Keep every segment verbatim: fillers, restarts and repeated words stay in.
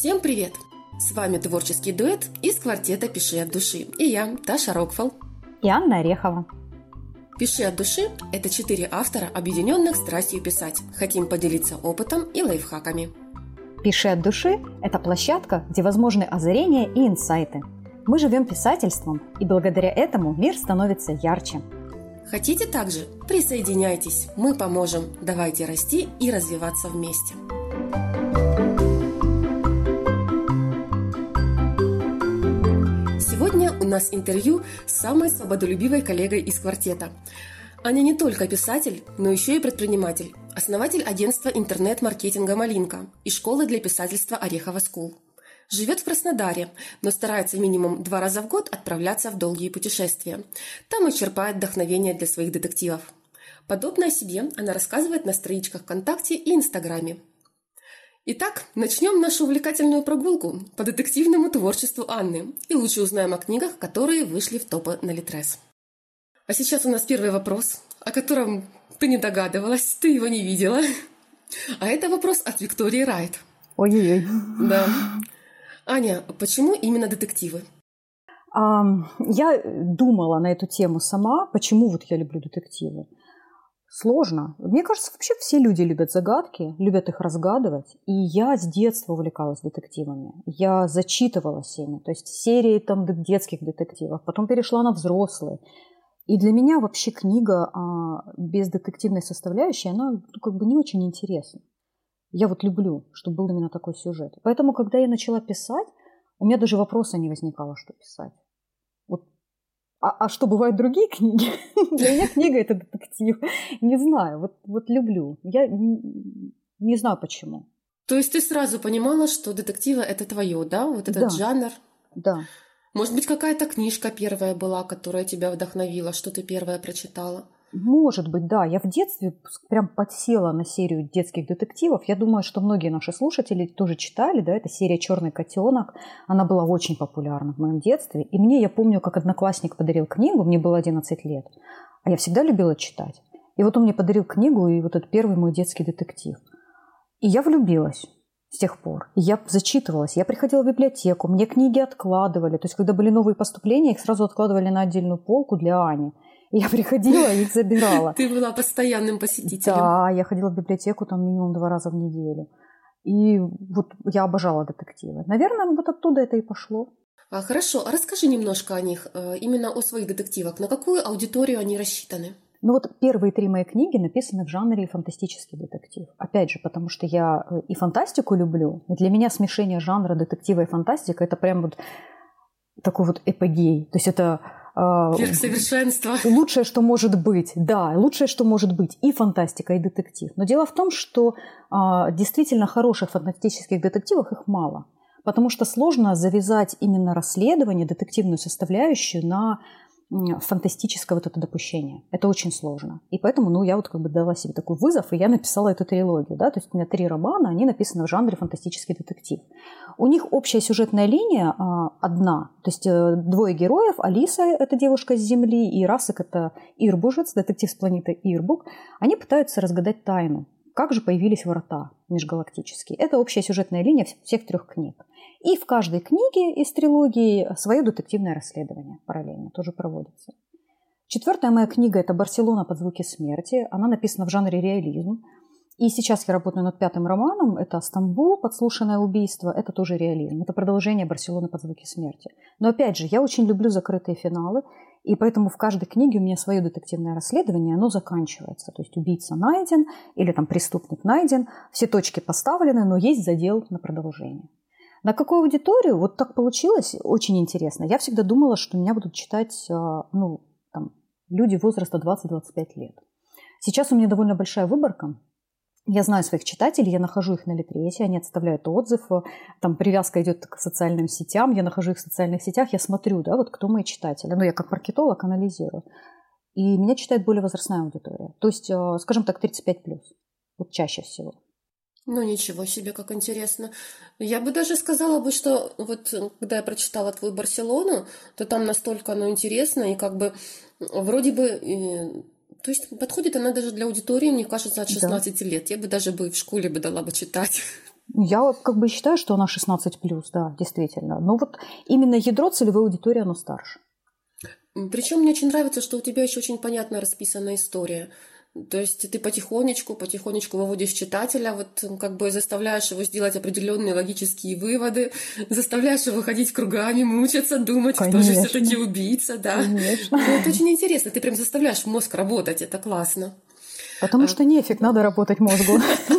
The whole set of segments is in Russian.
Всем привет! С вами творческий дуэт из квартета «Пиши от души». И я, Таша Рокфелл. И Анна Орехова. «Пиши от души» – это четыре автора, объединенных страстью писать. Хотим поделиться опытом и лайфхаками. «Пиши от души» – это площадка, где возможны озарения и инсайты. Мы живем писательством, и благодаря этому мир становится ярче. Хотите также? Присоединяйтесь, мы поможем. Давайте расти и развиваться вместе. Сегодня у нас интервью с самой свободолюбивой коллегой из квартета. Аня не только писатель, но еще и предприниматель, основатель агентства интернет-маркетинга «Малинка» и школы для писательства «Орехова Скул». Живет в Краснодаре, но старается минимум два раза в год отправляться в долгие путешествия. Там и черпает вдохновение для своих детективов. Подобно о себе она рассказывает на страничках ВКонтакте и Инстаграме. Итак, начнем нашу увлекательную прогулку по детективному творчеству Анны и лучше узнаем о книгах, которые вышли в топы на Литрес. А сейчас у нас первый вопрос, о котором ты не догадывалась, ты его не видела. А это вопрос от Виктории Райт. Ой-ой-ой. Да. Аня, почему именно детективы? Um, я думала на эту тему сама, почему вот я люблю детективы. Сложно. Мне кажется, вообще все люди любят загадки, любят их разгадывать. И я с детства увлекалась детективами. Я зачитывалась ими. То есть серии там детских детективов. Потом перешла на взрослые. И для меня вообще книга а, без детективной составляющей, она ну, как бы не очень интересна. Я вот люблю, чтобы был именно такой сюжет. Поэтому, когда я начала писать, у меня даже вопроса не возникало, что писать. Вот. А, а что, бывают другие книги? Для меня книга – это детектив. Не знаю, вот, вот люблю. Я не, не знаю, почему. То есть ты сразу понимала, что детективы – это твое, да? Вот этот да. жанр? Да. Может быть, какая-то книжка первая была, которая тебя вдохновила, что ты первая прочитала? Может быть, да. Я в детстве прям подсела на серию детских детективов. Я думаю, что многие наши слушатели тоже читали, да, это серия «Черный котенок». Она была очень популярна в моем детстве. И мне, я помню, как одноклассник подарил книгу, мне было одиннадцать лет, а я всегда любила читать. И вот он мне подарил книгу, и вот этот первый мой детский детектив. И я влюбилась с тех пор. И я зачитывалась, я приходила в библиотеку, мне книги откладывали. То есть, когда были новые поступления, их сразу откладывали на отдельную полку для Ани. Я приходила и их забирала. Ты была постоянным посетителем. Да, я ходила в библиотеку там минимум два раза в неделю. И вот я обожала детективы. Наверное, вот оттуда это и пошло. А, хорошо, а расскажи немножко о них, именно о своих детективах. На какую аудиторию они рассчитаны? Ну вот первые три мои книги написаны в жанре фантастический детектив. Опять же, потому что я и фантастику люблю. И для меня смешение жанра детектива и фантастика – это прям вот такой вот эпогей. То есть это... Верх совершенства. Лучшее, что может быть, да, лучшее, что может быть и фантастика, и детектив. Но дело в том, что а, действительно хороших фантастических детективов их мало, потому что сложно завязать именно расследование, детективную составляющую на фантастическое вот это допущение. Это очень сложно. И поэтому, ну, я вот как бы дала себе такой вызов, и я написала эту трилогию, да, то есть у меня три романа, они написаны в жанре фантастический детектив. У них общая сюжетная линия а, одна, то есть э, двое героев, Алиса, это девушка с Земли, и Расик, это Ирбужец, детектив с планеты Ирбук, они пытаются разгадать тайну. Как же появились врата межгалактические? Это общая сюжетная линия всех трех книг. И в каждой книге из трилогии свое детективное расследование параллельно тоже проводится. Четвертая моя книга – это «Барселона под звуки смерти». Она написана в жанре реализм. И сейчас я работаю над пятым романом. Это «Стамбул. Подслушанное убийство». Это тоже реализм. Это продолжение «Барселоны под звуки смерти». Но опять же, я очень люблю закрытые финалы. И поэтому в каждой книге у меня свое детективное расследование, оно заканчивается. То есть убийца найден или там преступник найден, все точки поставлены, но есть задел на продолжение. На какую аудиторию? Вот так получилось, очень интересно. Я всегда думала, что меня будут читать ну, там, люди возраста двадцать-двадцать пять лет. Сейчас у меня довольно большая выборка. Я знаю своих читателей, я нахожу их на Литресе, они отставляют отзыв, там привязка идет к социальным сетям, я нахожу их в социальных сетях, я смотрю, да, вот кто мои читатели. Ну, я как маркетолог анализирую. И меня читает более возрастная аудитория. То есть, скажем так, тридцать пять плюс. Вот чаще всего. Ну, ничего себе, как интересно. Я бы даже сказала бы, что вот когда я прочитала твою «Барселону», то там настолько оно интересно, и как бы вроде бы... То есть подходит она даже для аудитории, мне кажется, от шестнадцати да. лет. Я бы даже бы в школе бы дала бы читать. Я как бы считаю, что она шестнадцать плюс, да, действительно. Но вот именно ядро целевой аудитории, оно старше. Причем мне очень нравится, что у тебя еще очень понятно расписана история. То есть ты потихонечку, потихонечку выводишь читателя, вот как бы заставляешь его сделать определенные логические выводы, заставляешь его ходить кругами, мучиться, думать, Конечно. кто же все-таки убийца, да. Конечно. Ну, это очень интересно, ты прям заставляешь мозг работать, это классно. Потому что нефиг, надо работать мозгу.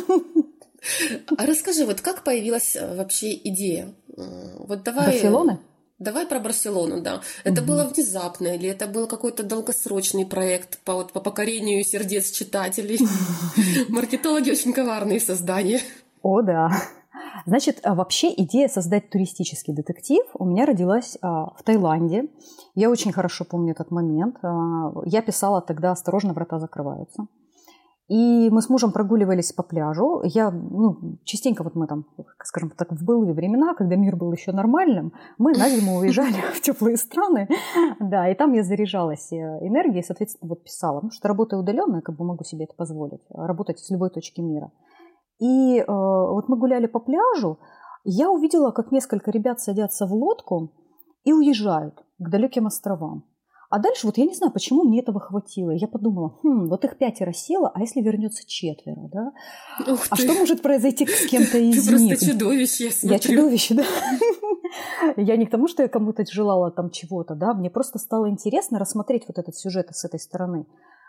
А расскажи, вот как появилась вообще идея? Вот давай... Барселоны? Давай про Барселону, да. Это угу. было внезапно или это был какой-то долгосрочный проект по, вот, по покорению сердец читателей? Маркетологи очень коварные создания. О, да. Значит, вообще идея создать туристический детектив у меня родилась в Таиланде. Я очень хорошо помню этот момент. Я писала тогда «Осторожно, врата закрываются». И мы с мужем прогуливались по пляжу. Я, ну, частенько вот мы там, скажем так, в былые времена, когда мир был еще нормальным, мы на зиму уезжали в теплые страны. Да, и там я заряжалась энергией, соответственно, вот писала. Потому что работая удаленно, я как бы могу себе это позволить. Работать с любой точки мира. И э, вот мы гуляли по пляжу, и я увидела, как несколько ребят садятся в лодку и уезжают к далеким островам. А дальше вот я не знаю, почему мне этого хватило. Я подумала, хм, вот их пятеро село, а если вернется четверо, да? Ух а ты. что может произойти с кем-то из ты них? Ты просто чудовище, я смотрю. Я чудовище, да. Я не к тому, что я кому-то желала там чего-то, да, мне просто стало интересно рассмотреть вот этот сюжет с этой стороны.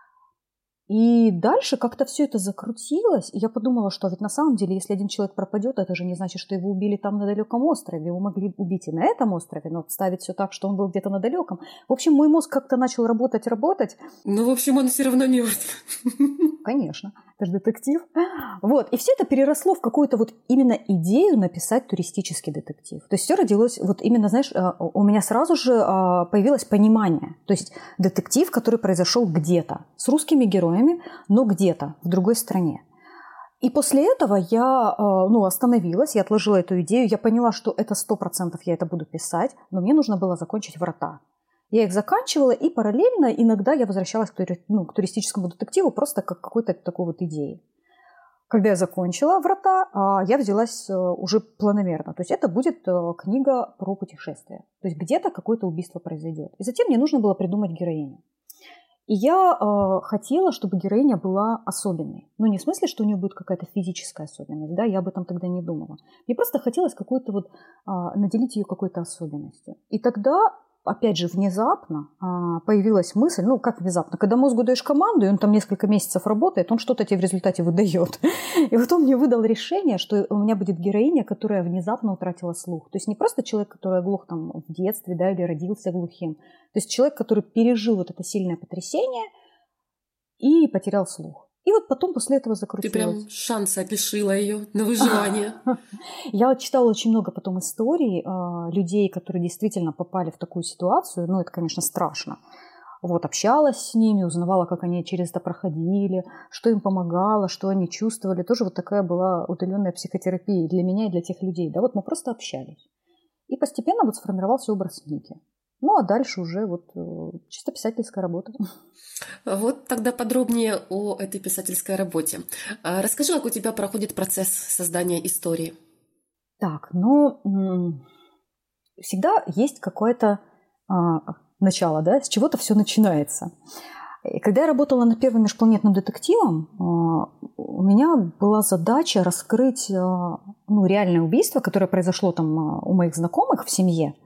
И дальше как-то все это закрутилось, и я подумала, что ведь на самом деле, если один человек пропадет, это же не значит, что его убили там на далеком острове. Его могли убить и на этом острове, но ставить все так, что он был где-то на далеком. В общем, мой мозг как-то начал работать, работать. Ну, в общем, он все равно мертв. Конечно, это же детектив. Вот, и все это переросло в какую-то вот именно идею написать туристический детектив. То есть все родилось вот именно, знаешь, у меня сразу же появилось понимание. То есть детектив, который произошел где-то с русскими героями, но где-то в другой стране. И после этого я ну, остановилась, я отложила эту идею, я поняла, что это сто процентов я это буду писать, но мне нужно было закончить «Врата». Я их заканчивала, и параллельно иногда я возвращалась к, тури... ну, к туристическому детективу просто как какой-то такой вот идеей. Когда я закончила «Врата», я взялась уже планомерно. То есть это будет книга про путешествия. То есть где-то какое-то убийство произойдет. И затем мне нужно было придумать героиню. И я э, хотела, чтобы героиня была особенной. Ну, не в смысле, что у нее будет какая-то физическая особенность, да, я об этом тогда не думала. Мне просто хотелось какую-то вот, э, наделить ее какой-то особенностью. И тогда, опять же, внезапно э, появилась мысль, ну, как внезапно, когда мозгу даешь команду, и он там несколько месяцев работает, он что-то тебе в результате выдает. И вот он мне выдал решение, что у меня будет героиня, которая внезапно утратила слух. То есть не просто человек, который оглох там в детстве, да, или родился глухим. То есть человек, который пережил вот это сильное потрясение и потерял слух. И вот потом после этого закрутилось. Ты прям шанса лишила ее на выживание. Я читала очень много потом историй людей, которые действительно попали в такую ситуацию. Ну, это, конечно, страшно. Вот, общалась с ними, узнавала, как они через это проходили, что им помогало, что они чувствовали. Тоже вот такая была удаленная психотерапия для меня и для тех людей. Да, вот мы просто общались. И постепенно вот сформировался образ Ники. Ну, а дальше уже вот чисто писательская работа. Вот тогда подробнее о этой писательской работе. Расскажи, как у тебя проходит процесс создания истории. Так, ну, всегда есть какое-то а, начало, да, с чего-то все начинается. И когда я работала над первым межпланетным детективом, а, у меня была задача раскрыть а, ну, реальное убийство, которое произошло там а, у моих знакомых в семье.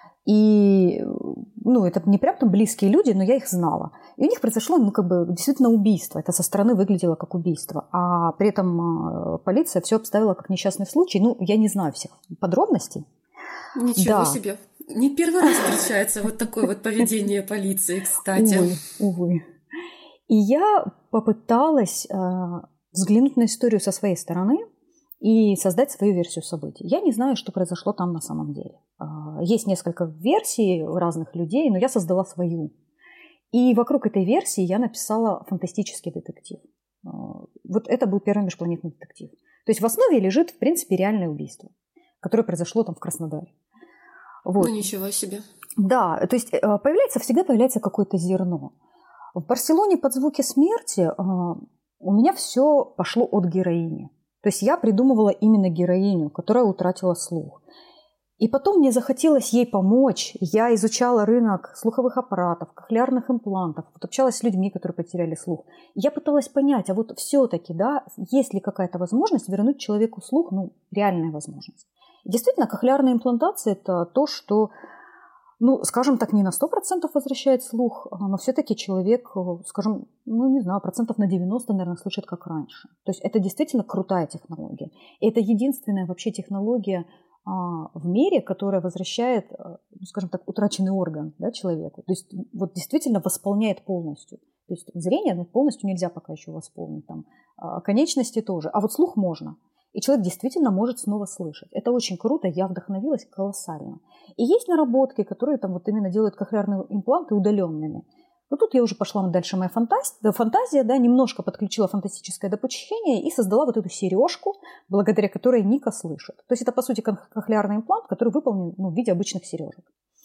И, ну, это не прям там близкие люди, но я их знала. И у них произошло, ну, как бы, действительно убийство. Это со стороны выглядело как убийство. А при этом полиция все обставила как несчастный случай. Ну, я не знаю всех подробностей. Ничего да. себе. Не первый раз встречается вот такое вот поведение полиции, кстати. Увы, увы. И я попыталась э, взглянуть на историю со своей стороны и создать свою версию событий. Я не знаю, что произошло там на самом деле. Есть несколько версий разных людей, но я создала свою. И вокруг этой версии я написала фантастический детектив. Вот это был первый межпланетный детектив. То есть в основе лежит, в принципе, реальное убийство, которое произошло там в Краснодаре. Вот. Ну, ничего себе. Да, то есть появляется, всегда появляется какое-то зерно. В Барселоне под звуки смерти у меня все пошло от героини. То То есть я придумывала именно героиню, которая утратила слух. И потом мне захотелось ей помочь. Я изучала рынок слуховых аппаратов, кохлеарных имплантов, вот общалась с людьми, которые потеряли слух. И я пыталась понять, а вот все-таки, да, есть ли какая-то возможность вернуть человеку слух, ну, реальная возможность. И действительно, кохлеарная имплантация – это то, что, ну, скажем так, не на сто процентов возвращает слух, но все-таки человек, скажем, ну, не знаю, процентов на девяносто, наверное, слышит как раньше. То есть это действительно крутая технология. И это единственная вообще технология в мире, которая возвращает, ну, скажем так, утраченный орган, да, человеку. То есть вот действительно восполняет полностью. То есть зрение, ну, полностью нельзя пока еще восполнить, там, конечности тоже, а вот слух можно. И человек действительно может снова слышать. Это очень круто, я вдохновилась колоссально. И есть наработки, которые там вот именно делают кохлеарные импланты удаленными. Но тут я уже пошла дальше, моя фантазия, фантазия, да, немножко подключила фантастическое допущение и создала вот эту сережку, благодаря которой Ника слышит. То есть это, по сути, кохлеарный имплант, который выполнен, ну, в виде обычных сережек.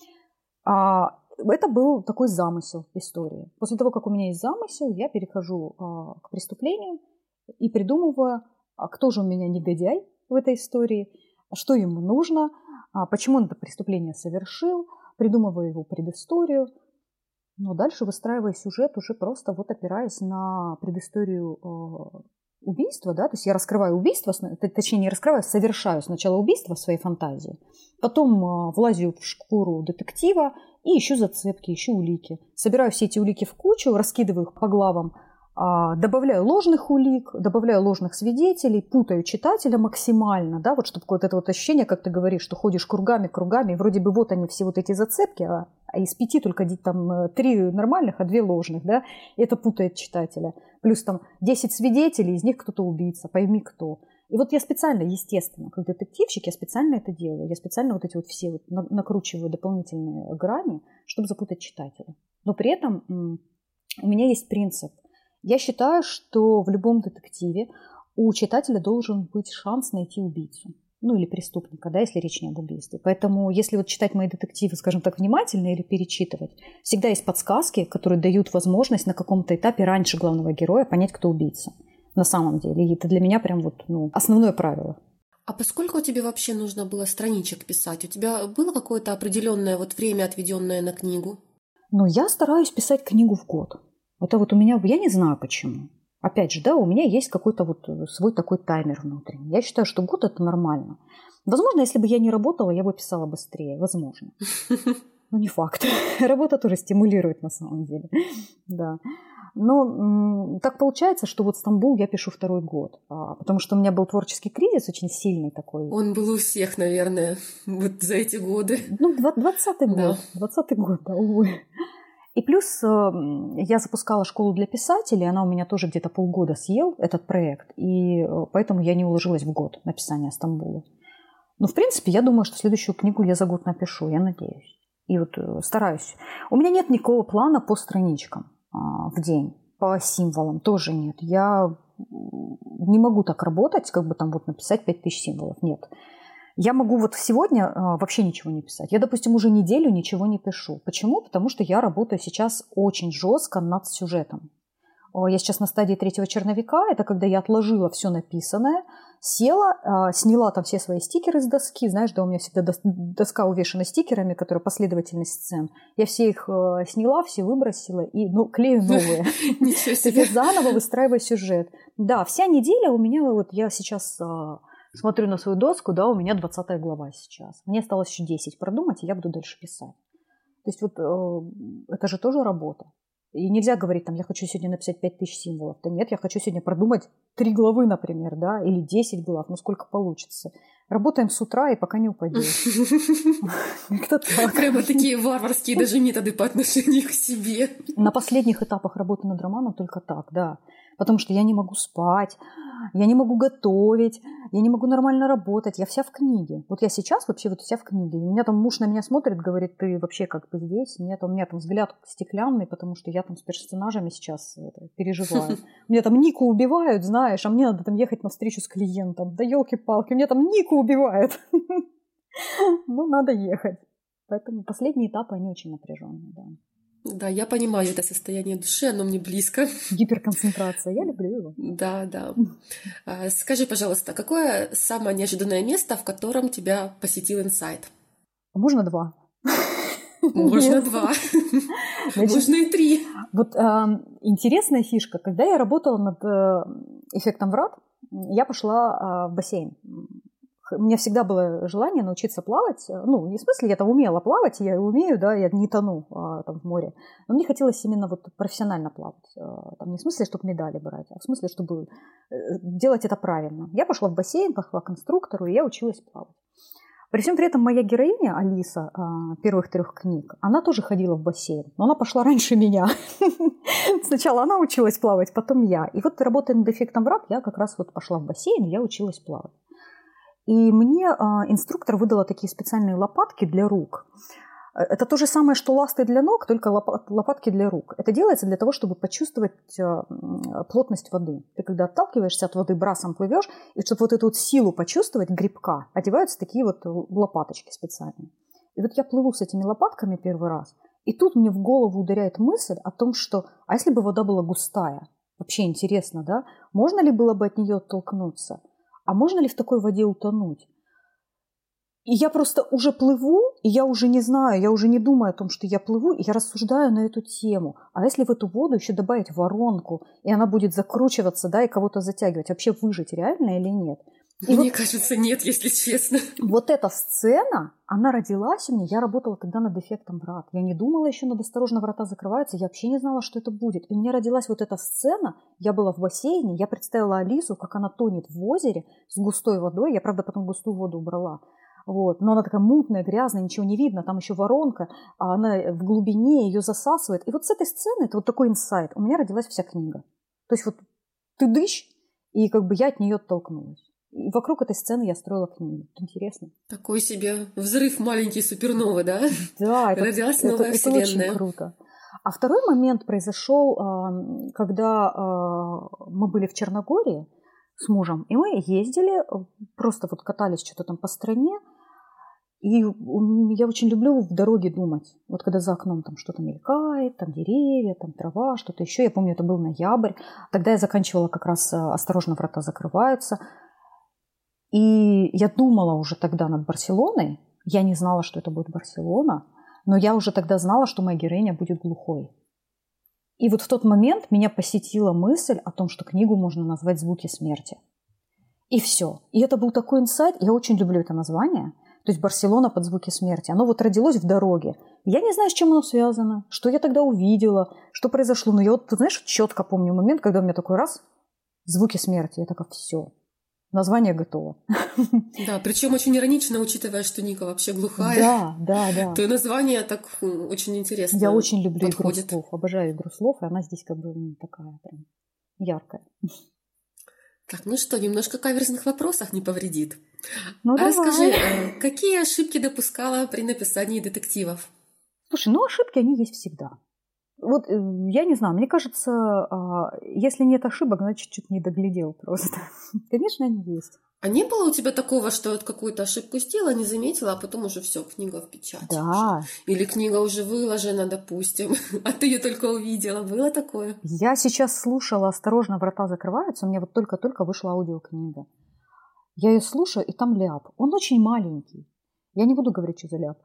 А это был такой замысел истории. После того, как у меня есть замысел, я перехожу а, к преступлению и придумываю, а кто же у меня негодяй в этой истории, что ему нужно, а почему он это преступление совершил, придумываю его предысторию. Но дальше выстраивая сюжет, уже просто вот опираясь на предысторию э, убийства, да, то есть я раскрываю убийство, точнее не раскрываю, совершаю сначала убийство в своей фантазии, потом э, влазю в шкуру детектива и ищу зацепки, ищу улики. Собираю все эти улики в кучу, раскидываю их по главам, э, добавляю ложных улик, добавляю ложных свидетелей, путаю читателя максимально, да, вот чтобы вот это вот ощущение, как ты говоришь, что ходишь кругами, кругами, и вроде бы вот они все вот эти зацепки, а а из пяти только там три нормальных, а две ложных, да, и это путает читателя. Плюс там десять свидетелей, из них кто-то убийца, пойми кто. И вот я специально, естественно, как детективщик, я специально это делаю. Я специально вот эти вот все вот накручиваю дополнительные грани, чтобы запутать читателя. Но при этом у меня есть принцип. Я считаю, что в любом детективе у читателя должен быть шанс найти убийцу. Ну, или преступника, да, если речь не об убийстве. Поэтому, если вот читать мои детективы, скажем так, внимательно или перечитывать, всегда есть подсказки, которые дают возможность на каком-то этапе раньше главного героя понять, кто убийца. На самом деле. И это для меня прям вот, ну, основное правило. А поскольку тебе вообще нужно было страничек писать, у тебя было какое-то определенное вот время, отведенное на книгу? Ну, я стараюсь писать книгу в год. Это вот у меня, я не знаю почему. Опять же, да, у меня есть какой-то вот свой такой таймер внутренний. Я считаю, что год – это нормально. Возможно, если бы я не работала, я бы писала быстрее. Возможно. Но не факт. Работа тоже стимулирует на самом деле. Да. Но м- так получается, что вот «Стамбул» я пишу второй год. А, потому что у меня был творческий кризис очень сильный такой. Он был у всех, наверное, вот за эти годы. Ну, двадцатый год. Да. двадцатый год, да, увы. И плюс я запускала школу для писателей, она у меня тоже где-то полгода съел, этот проект, и поэтому я не уложилась в год написания «Стамбула». Но, в принципе, я думаю, что следующую книгу я за год напишу, я надеюсь. И вот стараюсь. У меня нет никакого плана по страничкам в день, по символам тоже нет. Я не могу так работать, как бы там вот написать пять тысяч символов, нет. Я могу вот сегодня а, вообще ничего не писать. Я, допустим, уже неделю ничего не пишу. Почему? Потому что я работаю сейчас очень жестко над сюжетом. Я сейчас на стадии третьего черновика. Это когда я отложила все написанное, села, а, сняла там все свои стикеры с доски. Знаешь, да, у меня всегда доска увешана стикерами, которые последовательность сцен. Я все их а, сняла, все выбросила и ну, клею новые. Ничего себе. Я заново выстраиваю сюжет. Да, вся неделя у меня, вот я сейчас... Смотрю на свою доску, да, у меня двадцатая глава сейчас. Мне осталось еще десять продумать, и я буду дальше писать. То есть вот э, это же тоже работа. И нельзя говорить, там, я хочу сегодня написать пять тысяч символов. Да нет, я хочу сегодня продумать три главы, например, да, или десять глав, ну сколько получится. Работаем с утра и пока не упадешь. Прямо такие варварские даже методы по отношению к себе. На последних этапах работы над романом только так, да. Потому что я не могу спать, я не могу готовить, я не могу нормально работать, я вся в книге. Вот я сейчас вообще вот вся в книге. И у меня там муж на меня смотрит, говорит, ты вообще как бы здесь? Нет, у меня там взгляд стеклянный, потому что я там с персонажами сейчас это, переживаю. Меня там Нику убивают, знаешь, а мне надо там ехать на встречу с клиентом. Да елки-палки, меня там Нику убивают. Ну, надо ехать. Поэтому последние этапы, они очень напряженные, да. Да, я понимаю это состояние души, оно мне близко. Гиперконцентрация, я люблю его. Да, да. А, скажи, пожалуйста, какое самое неожиданное место, в котором тебя посетил инсайт? Можно два? Можно два. Значит, Можно и три. Вот э, интересная фишка. Когда я работала над э, эффектом врат, я пошла э, в бассейн. У меня всегда было желание научиться плавать. Ну, не в смысле, я там умела плавать, я умею, да, я не тону а, там в море. Но мне хотелось именно вот профессионально плавать. А, там не в смысле, чтобы медали брать, а в смысле, чтобы делать это правильно. Я пошла в бассейн, пошла к инструктору, и я училась плавать. При всем при этом моя героиня, Алиса, первых трех книг, она тоже ходила в бассейн, но она пошла раньше меня. Сначала она училась плавать, потом я. И вот, работая над эффектом врат, я как раз вот пошла в бассейн, и я училась плавать. И мне инструктор выдала такие специальные лопатки для рук. Это то же самое, что ласты для ног, только лопатки для рук. Это делается для того, чтобы почувствовать плотность воды. Ты когда отталкиваешься от воды, брасом плывешь, и чтобы вот эту вот силу почувствовать, грибка, одеваются такие вот лопаточки специальные. И вот я плыву с этими лопатками первый раз, и тут мне в голову ударяет мысль о том, что, а если бы вода была густая? Вообще интересно, да? Можно ли было бы от нее оттолкнуться? А можно ли в такой воде утонуть? И я просто уже плыву, и я уже не знаю, я уже не думаю о том, что я плыву, и я рассуждаю на эту тему. А если в эту воду еще добавить воронку, и она будет закручиваться, да, и кого-то затягивать, вообще выжить реально или нет? И Мне вот, кажется, нет, если честно. Вот эта сцена, она родилась у меня, я работала тогда над эффектом врат. Я не думала еще над «Осторожно, врата закрываются», я вообще не знала, что это будет. И у меня родилась вот эта сцена, я была в бассейне, я представила Алису, как она тонет в озере с густой водой, я, правда, потом густую воду убрала. Вот. Но она такая мутная, грязная, ничего не видно, там еще воронка, а она в глубине, ее засасывает. И вот с этой сцены, это вот такой инсайт, у меня родилась вся книга. То есть вот ты дышь, и как бы я от нее оттолкнулась. И вокруг этой сцены я строила книгу. Интересно. Такой себе взрыв маленький суперновый, да? Да, это, родилась это, новая это вселенная. очень круто. А второй момент произошел, когда мы были в Черногории с мужем, и мы ездили, просто вот катались что-то там по стране. И я очень люблю в дороге думать. Вот когда за окном там что-то мелькает, там деревья, там трава, что-то еще. Я помню, это был ноябрь. Тогда я заканчивала как раз «Осторожно, врата закрываются». И я думала уже тогда над Барселоной. Я не знала, что это будет Барселона. Но я уже тогда знала, что моя героиня будет глухой. И вот в тот момент меня посетила мысль о том, что книгу можно назвать «Звуки смерти». И все. И это был такой инсайт. Я очень люблю это название. То есть «Барселона под звуки смерти». Оно вот родилось в дороге. Я не знаю, с чем оно связано, что я тогда увидела, что произошло. Но я вот, ты знаешь, четко помню момент, когда у меня такой раз «Звуки смерти». Я такая, все, название готово. Да, причем очень иронично, учитывая, что Ника вообще глухая. Да, да, да. То название так очень интересно. Я очень люблю подходит. игру слов, обожаю игру слов, и она здесь как бы такая прям яркая. Так, ну что, немножко каверзных вопросов не повредит. Ну, а давай. расскажи, какие ошибки допускала при написании детективов? Слушай, ну ошибки, они есть всегда. Вот я не знаю, мне кажется, если нет ошибок, значит, чуть не доглядел просто. Конечно, они есть. А не было у тебя такого, что вот какую-то ошибку сделала, не заметила, а потом уже все, книга в печати? Да. Уже. Или книга уже выложена, допустим, а ты ее только увидела. Было такое? Я сейчас слушала «Осторожно, врата закрываются». У меня вот только-только вышла аудиокнига. Я ее слушаю, и там ляп. Он очень маленький. Я не буду говорить, что за ляп.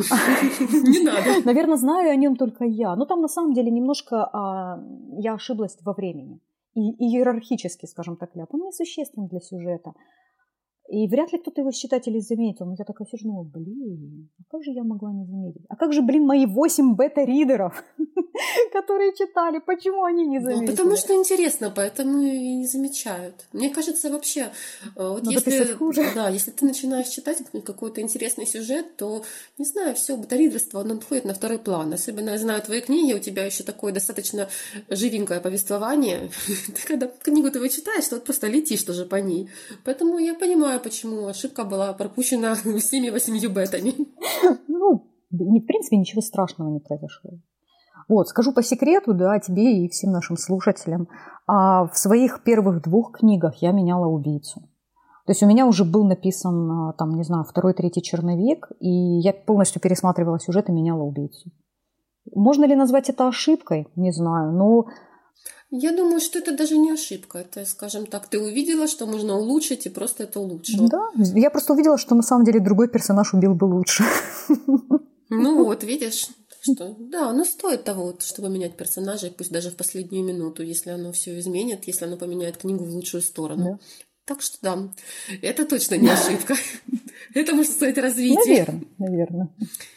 Не надо. Наверное, знаю о нем только я. Но там на самом деле немножко а, я ошиблась во времени. И, и иерархически, скажем так, ляп. Он несущественен для сюжета. И вряд ли кто-то его из читателей заметил. Но я такая сижу, ну, блин, а как же я могла не заметить? А как же, блин, мои восемь бета-ридеров, которые читали, почему они не заметили? Ну, потому что интересно, поэтому и не замечают. Мне кажется, вообще, вот Надо если, писать хуже. Да, если ты начинаешь читать какой-то интересный сюжет, то, не знаю, все, бета-ридерство, оно отходит на второй план. Особенно, я знаю твои книги, у тебя еще такое достаточно живенькое повествование. Ты когда книгу ты читаешь, то вот просто летишь тоже по ней. Поэтому я понимаю, почему ошибка была пропущена всеми восемью бетами. Ну, в принципе, ничего страшного не произошло. Вот, скажу по секрету, да, тебе и всем нашим слушателям. А в своих первых двух книгах я меняла убийцу. То есть у меня уже был написан, там, не знаю, второй, третий черновик, и я полностью пересматривала сюжет и меняла убийцу. Можно ли назвать это ошибкой? Не знаю, но... Я думаю, что это даже не ошибка. Это, скажем так, ты увидела, что можно улучшить, и просто это улучшила. Да, я просто увидела, что на самом деле другой персонаж убил бы лучше. Ну вот, видишь, что да, оно стоит того, чтобы менять персонажей, пусть даже в последнюю минуту, если оно все изменит, если оно поменяет книгу в лучшую сторону. Да. Так что да, это точно не ошибка. Это может стать развитием. Наверное, наверное.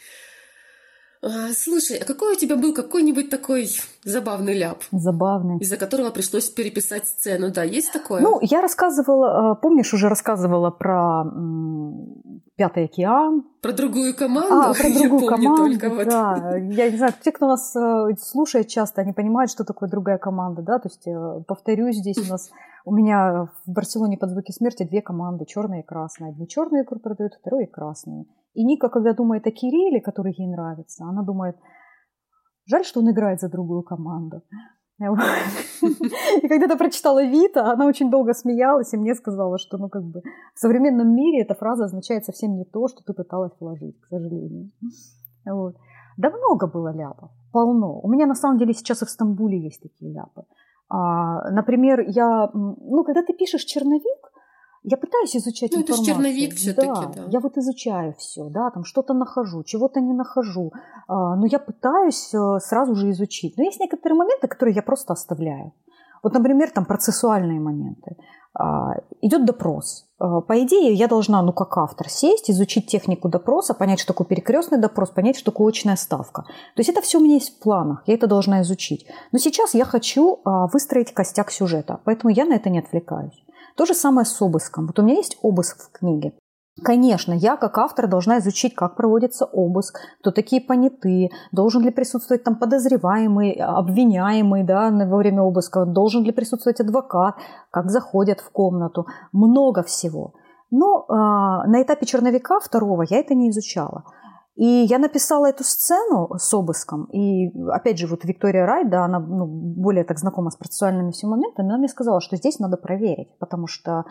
Слушай, а какой у тебя был какой-нибудь такой забавный ляп? Забавный. Из-за которого пришлось переписать сцену, да, есть такое? Ну, я рассказывала, помнишь, уже рассказывала про Пятый океан. Про другую команду? А, про другую я команду, только вот. Да. Я не знаю, те, кто нас слушает часто, они понимают, что такое другая команда, да, то есть, повторюсь, здесь у нас, у меня в Барселоне под звуки смерти две команды, черная и красная. Одни черные продают, вторые красные. И Ника, когда думает о Кирилле, который ей нравится, она думает, жаль, что он играет за другую команду. И когда я прочитала Вита, она очень долго смеялась и мне сказала, что ну, как бы, в современном мире эта фраза означает совсем не то, что ты пыталась вложить, к сожалению. Вот. Да много было ляпов, полно. У меня на самом деле сейчас и в Стамбуле есть такие ляпы. А, например, я, ну, когда ты пишешь черновик, я пытаюсь изучать ну, информацию. Это же черновик все-таки, да, да. Я вот изучаю все, да, там что-то нахожу, чего-то не нахожу, а, но я пытаюсь сразу же изучить. Но есть некоторые моменты, которые я просто оставляю. Вот, например, там процессуальные моменты. А, идет допрос. А, по идее, я должна, ну, как автор, сесть, изучить технику допроса, понять, что такое перекрестный допрос, понять, что такое очная ставка. То есть это все у меня есть в планах, я это должна изучить. Но сейчас я хочу а, выстроить костяк сюжета, поэтому я на это не отвлекаюсь. То же самое с обыском. Вот у меня есть обыск в книге. Конечно, я как автор должна изучить, как проводится обыск, кто такие понятые, должен ли присутствовать там подозреваемый, обвиняемый, да, во время обыска, должен ли присутствовать адвокат, как заходят в комнату. Много всего. Но э, на этапе черновика второго я это не изучала. И я написала эту сцену с обыском, и опять же, вот Виктория Райт, да, она ну, более так знакома с процессуальными всеми моментами, она мне сказала, что здесь надо проверить, потому что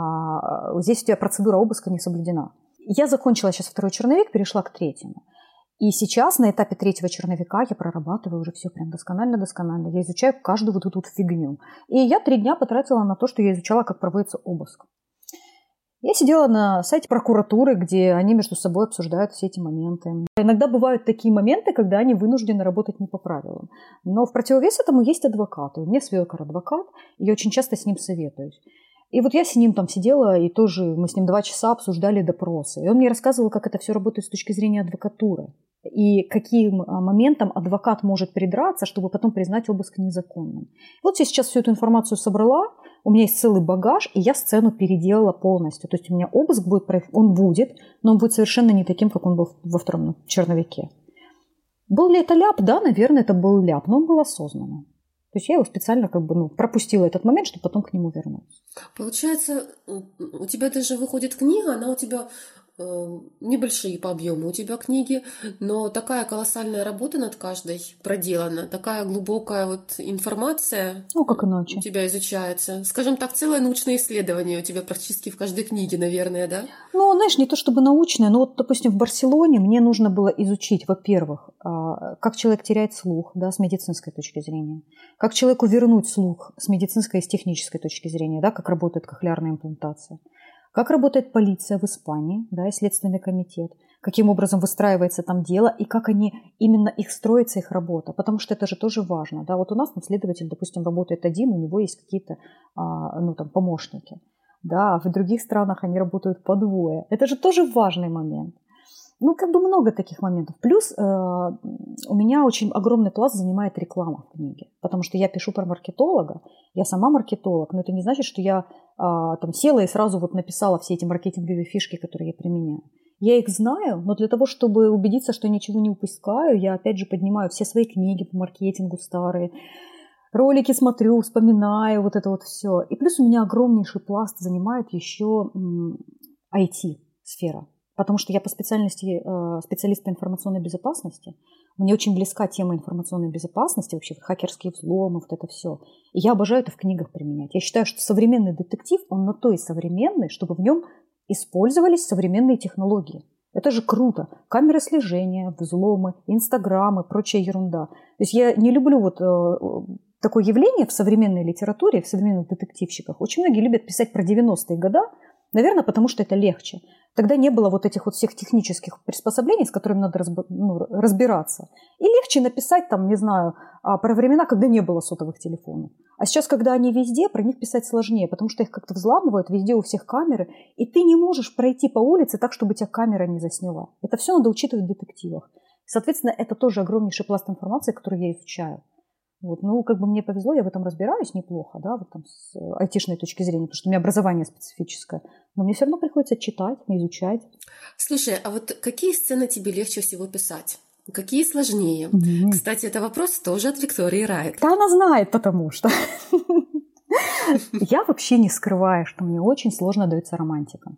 а, здесь у тебя процедура обыска не соблюдена. Я закончила сейчас второй черновик, перешла к третьему. И сейчас на этапе третьего черновика я прорабатываю уже все прям досконально-досконально. Я изучаю каждую вот эту фигню. И я три дня потратила на то, что я изучала, как проводится обыск. Я сидела на сайте прокуратуры, где они между собой обсуждают все эти моменты. Иногда бывают такие моменты, когда они вынуждены работать не по правилам. Но в противовес этому есть адвокаты. У меня свекор адвокат, и я очень часто с ним советуюсь. И вот я с ним там сидела, и тоже мы с ним два часа обсуждали допросы. И он мне рассказывал, как это все работает с точки зрения адвокатуры. И каким моментом адвокат может придраться, чтобы потом признать обыск незаконным. Вот я сейчас всю эту информацию собрала, у меня есть целый багаж, и я сцену переделала полностью. То есть у меня обыск будет, он будет, но он будет совершенно не таким, как он был во втором черновике. Был ли это ляп? Да, наверное, это был ляп, но он был осознанным. То есть я его специально как бы ну, пропустила этот момент, чтобы потом к нему вернуться. Получается, у тебя даже выходит книга, она у тебя небольшие по объему у тебя книги, но такая колоссальная работа над каждой проделана, такая глубокая вот информация ну, как иначе. У тебя изучается. Скажем так, целое научное исследование у тебя практически в каждой книге, наверное, да? Ну, знаешь, не то чтобы научное, но вот, допустим, в Барселоне мне нужно было изучить, во-первых, как человек теряет слух, да, с медицинской точки зрения, как человеку вернуть слух с медицинской и с технической точки зрения, да, как работает кохлеарная имплантация. Как работает полиция в Испании, да, и Следственный комитет, каким образом выстраивается там дело и как они, именно их строится, их работа, потому что это же тоже важно. Да. Вот у нас там следователь, допустим, работает один, у него есть какие-то а, ну, там, помощники, да, а в других странах они работают по двое. Это же тоже важный момент. Ну, как бы много таких моментов. Плюс э, у меня очень огромный пласт занимает реклама в книге, потому что я пишу про маркетолога, я сама маркетолог, но это не значит, что я э, там села и сразу вот написала все эти маркетинговые фишки, которые я применяю. Я их знаю, но для того, чтобы убедиться, что я ничего не упускаю, я опять же поднимаю все свои книги по маркетингу старые, ролики смотрю, вспоминаю, вот это вот все. И плюс у меня огромнейший пласт занимает еще м, ай ти-сфера. Потому что я по специальности э, специалист по информационной безопасности. Мне очень близка тема информационной безопасности, вообще хакерские взломы, вот это все. И я обожаю это в книгах применять. Я считаю, что современный детектив, он на то и современный, чтобы в нем использовались современные технологии. Это же круто. Камеры слежения, взломы, инстаграмы, прочая ерунда. То есть я не люблю вот э, такое явление в современной литературе, в современных детективщиках. Очень многие любят писать про девяностые годы, наверное, потому что это легче. Тогда не было вот этих вот всех технических приспособлений, с которыми надо разб... ну, разбираться. И легче написать там, не знаю, про времена, когда не было сотовых телефонов. А сейчас, когда они везде, про них писать сложнее, потому что их как-то взламывают, везде у всех камеры, и ты не можешь пройти по улице так, чтобы тебя камера не засняла. Это все надо учитывать в детективах. Соответственно, это тоже огромнейший пласт информации, который я изучаю. Вот. Ну, как бы мне повезло, я в этом разбираюсь неплохо, да, вот там с айтишной точки зрения, потому что у меня образование специфическое. Но мне все равно приходится читать, изучать. Слушай, а вот какие сцены тебе легче всего писать? Какие сложнее? Mm-hmm. Кстати, это вопрос тоже от Виктории Райт. Да, она знает, потому что я вообще не скрываю, что мне очень сложно дается романтика.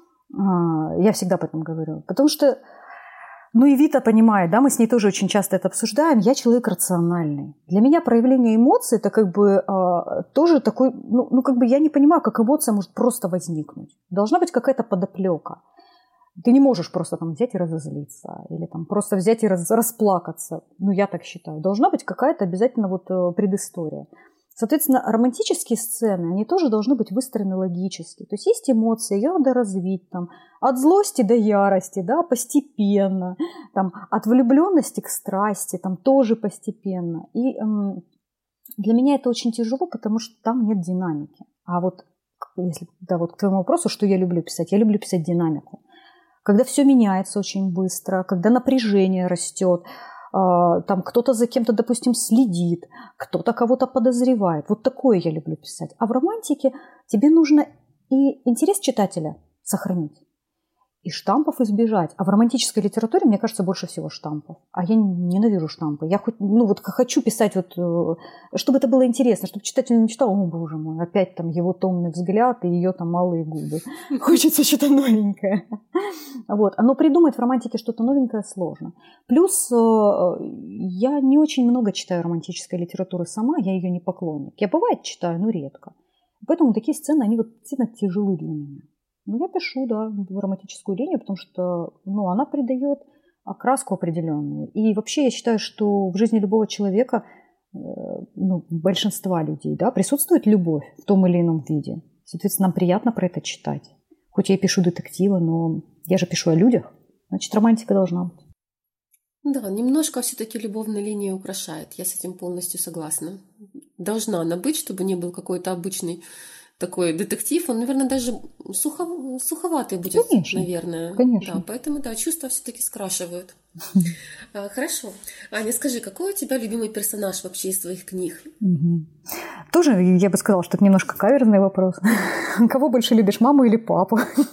Я всегда об этом говорю. Потому что, ну и Вита понимает, да, мы с ней тоже очень часто это обсуждаем, я человек рациональный. Для меня проявление эмоций это как бы тоже такой, ну, ну как бы я не понимаю, как эмоция может просто возникнуть. Должна быть какая-то подоплека. Ты не можешь просто там взять и разозлиться, или там просто взять и раз, расплакаться. Ну, я так считаю. Должна быть какая-то обязательно вот предыстория. Соответственно, романтические сцены, они тоже должны быть выстроены логически. То есть есть эмоции, ее надо развить там, от злости до ярости, да, постепенно. Там, от влюбленности к страсти, там, тоже постепенно. И эм, для меня это очень тяжело, потому что там нет динамики. А вот, если, да, вот к твоему вопросу, что я люблю писать? Я люблю писать динамику. Когда все меняется очень быстро, когда напряжение растет, там кто-то за кем-то, допустим, следит, кто-то кого-то подозревает. Вот такое я люблю писать. А в романтике тебе нужно и интерес читателя сохранить, и штампов избежать. А в романтической литературе, мне кажется, больше всего штампов. А я ненавижу штампы. Я хоть, ну, вот хочу писать, вот, чтобы это было интересно, чтобы читатель не читал, о, боже мой, опять там его томный взгляд и ее там малые губы. Хочется что-то новенькое. Вот. Но придумать в романтике что-то новенькое сложно. Плюс я не очень много читаю романтической литературы сама, я ее не поклонник. Я бывает читаю, но редко. Поэтому такие сцены, они вот действительно тяжелы для меня. Ну, я пишу, да, романтическую линию, потому что, ну, она придает окраску определенную. И вообще я считаю, что в жизни любого человека, ну, большинства людей, да, присутствует любовь в том или ином виде. Соответственно, нам приятно про это читать. Хоть я и пишу детективы, но я же пишу о людях, значит, романтика должна быть. Да, немножко все-таки любовная линия украшает. Я с этим полностью согласна. Должна она быть, чтобы не был какой-то обычный такой детектив, он, наверное, даже сухо, суховатый будет, конечно, наверное. Конечно. Да, поэтому, да, чувства все-таки скрашивают. Хорошо. Аня, скажи, какой у тебя любимый персонаж вообще из твоих книг? Тоже, я бы сказала, что это немножко каверзный вопрос. Кого больше любишь, маму или папу?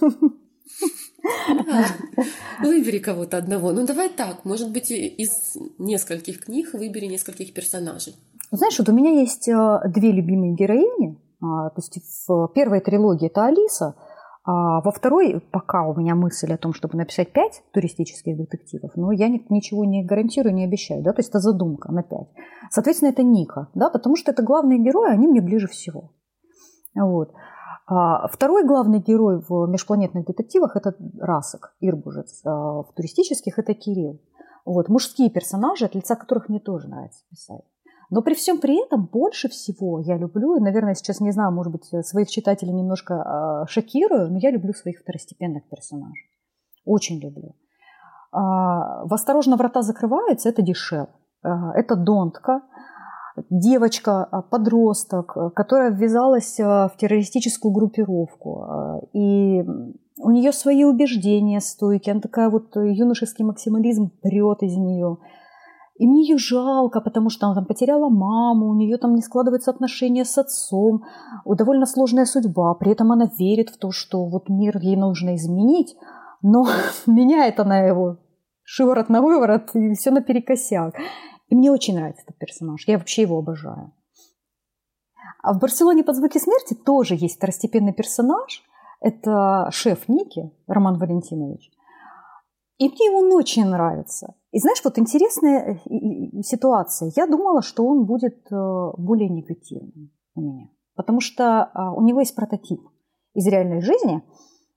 Да. Выбери кого-то одного. Ну, давай так, может быть, из нескольких книг выбери нескольких персонажей. Знаешь, вот у меня есть две любимые героини. То есть в первой трилогии это Алиса, а во второй пока у меня мысль о том, чтобы написать пять туристических детективов, но я ничего не гарантирую, не обещаю, да, то есть это задумка на пять. Соответственно, это Ника, да, потому что это главные герои, они мне ближе всего. Вот. А второй главный герой в межпланетных детективах это Расек, Ирбужец, а в туристических это Кирилл. Вот. Мужские персонажи, от лица которых мне тоже нравится писать. Но при всем при этом больше всего я люблю, и, наверное, сейчас, не знаю, может быть, своих читателей немножко шокирую, но я люблю своих второстепенных персонажей. Очень люблю. В «Осторожно, врата закрываются» это Дишел. Это Донтка, девочка, подросток, которая ввязалась в террористическую группировку. И у нее свои убеждения стойкие, она такая вот, юношеский максимализм прет из нее. И мне ее жалко, потому что она там потеряла маму, у нее там не складываются отношения с отцом, довольно сложная судьба. При этом она верит в то, что вот мир ей нужно изменить, но меняет она его шиворот на выворот, и все наперекосяк. И мне очень нравится этот персонаж, я вообще его обожаю. А в «Барселоне под звуки смерти» тоже есть второстепенный персонаж. Это шеф Ники, Роман Валентинович. И мне он очень нравится. И знаешь, вот интересная ситуация. Я думала, что он будет более негативным у меня. Потому что у него есть прототип из реальной жизни.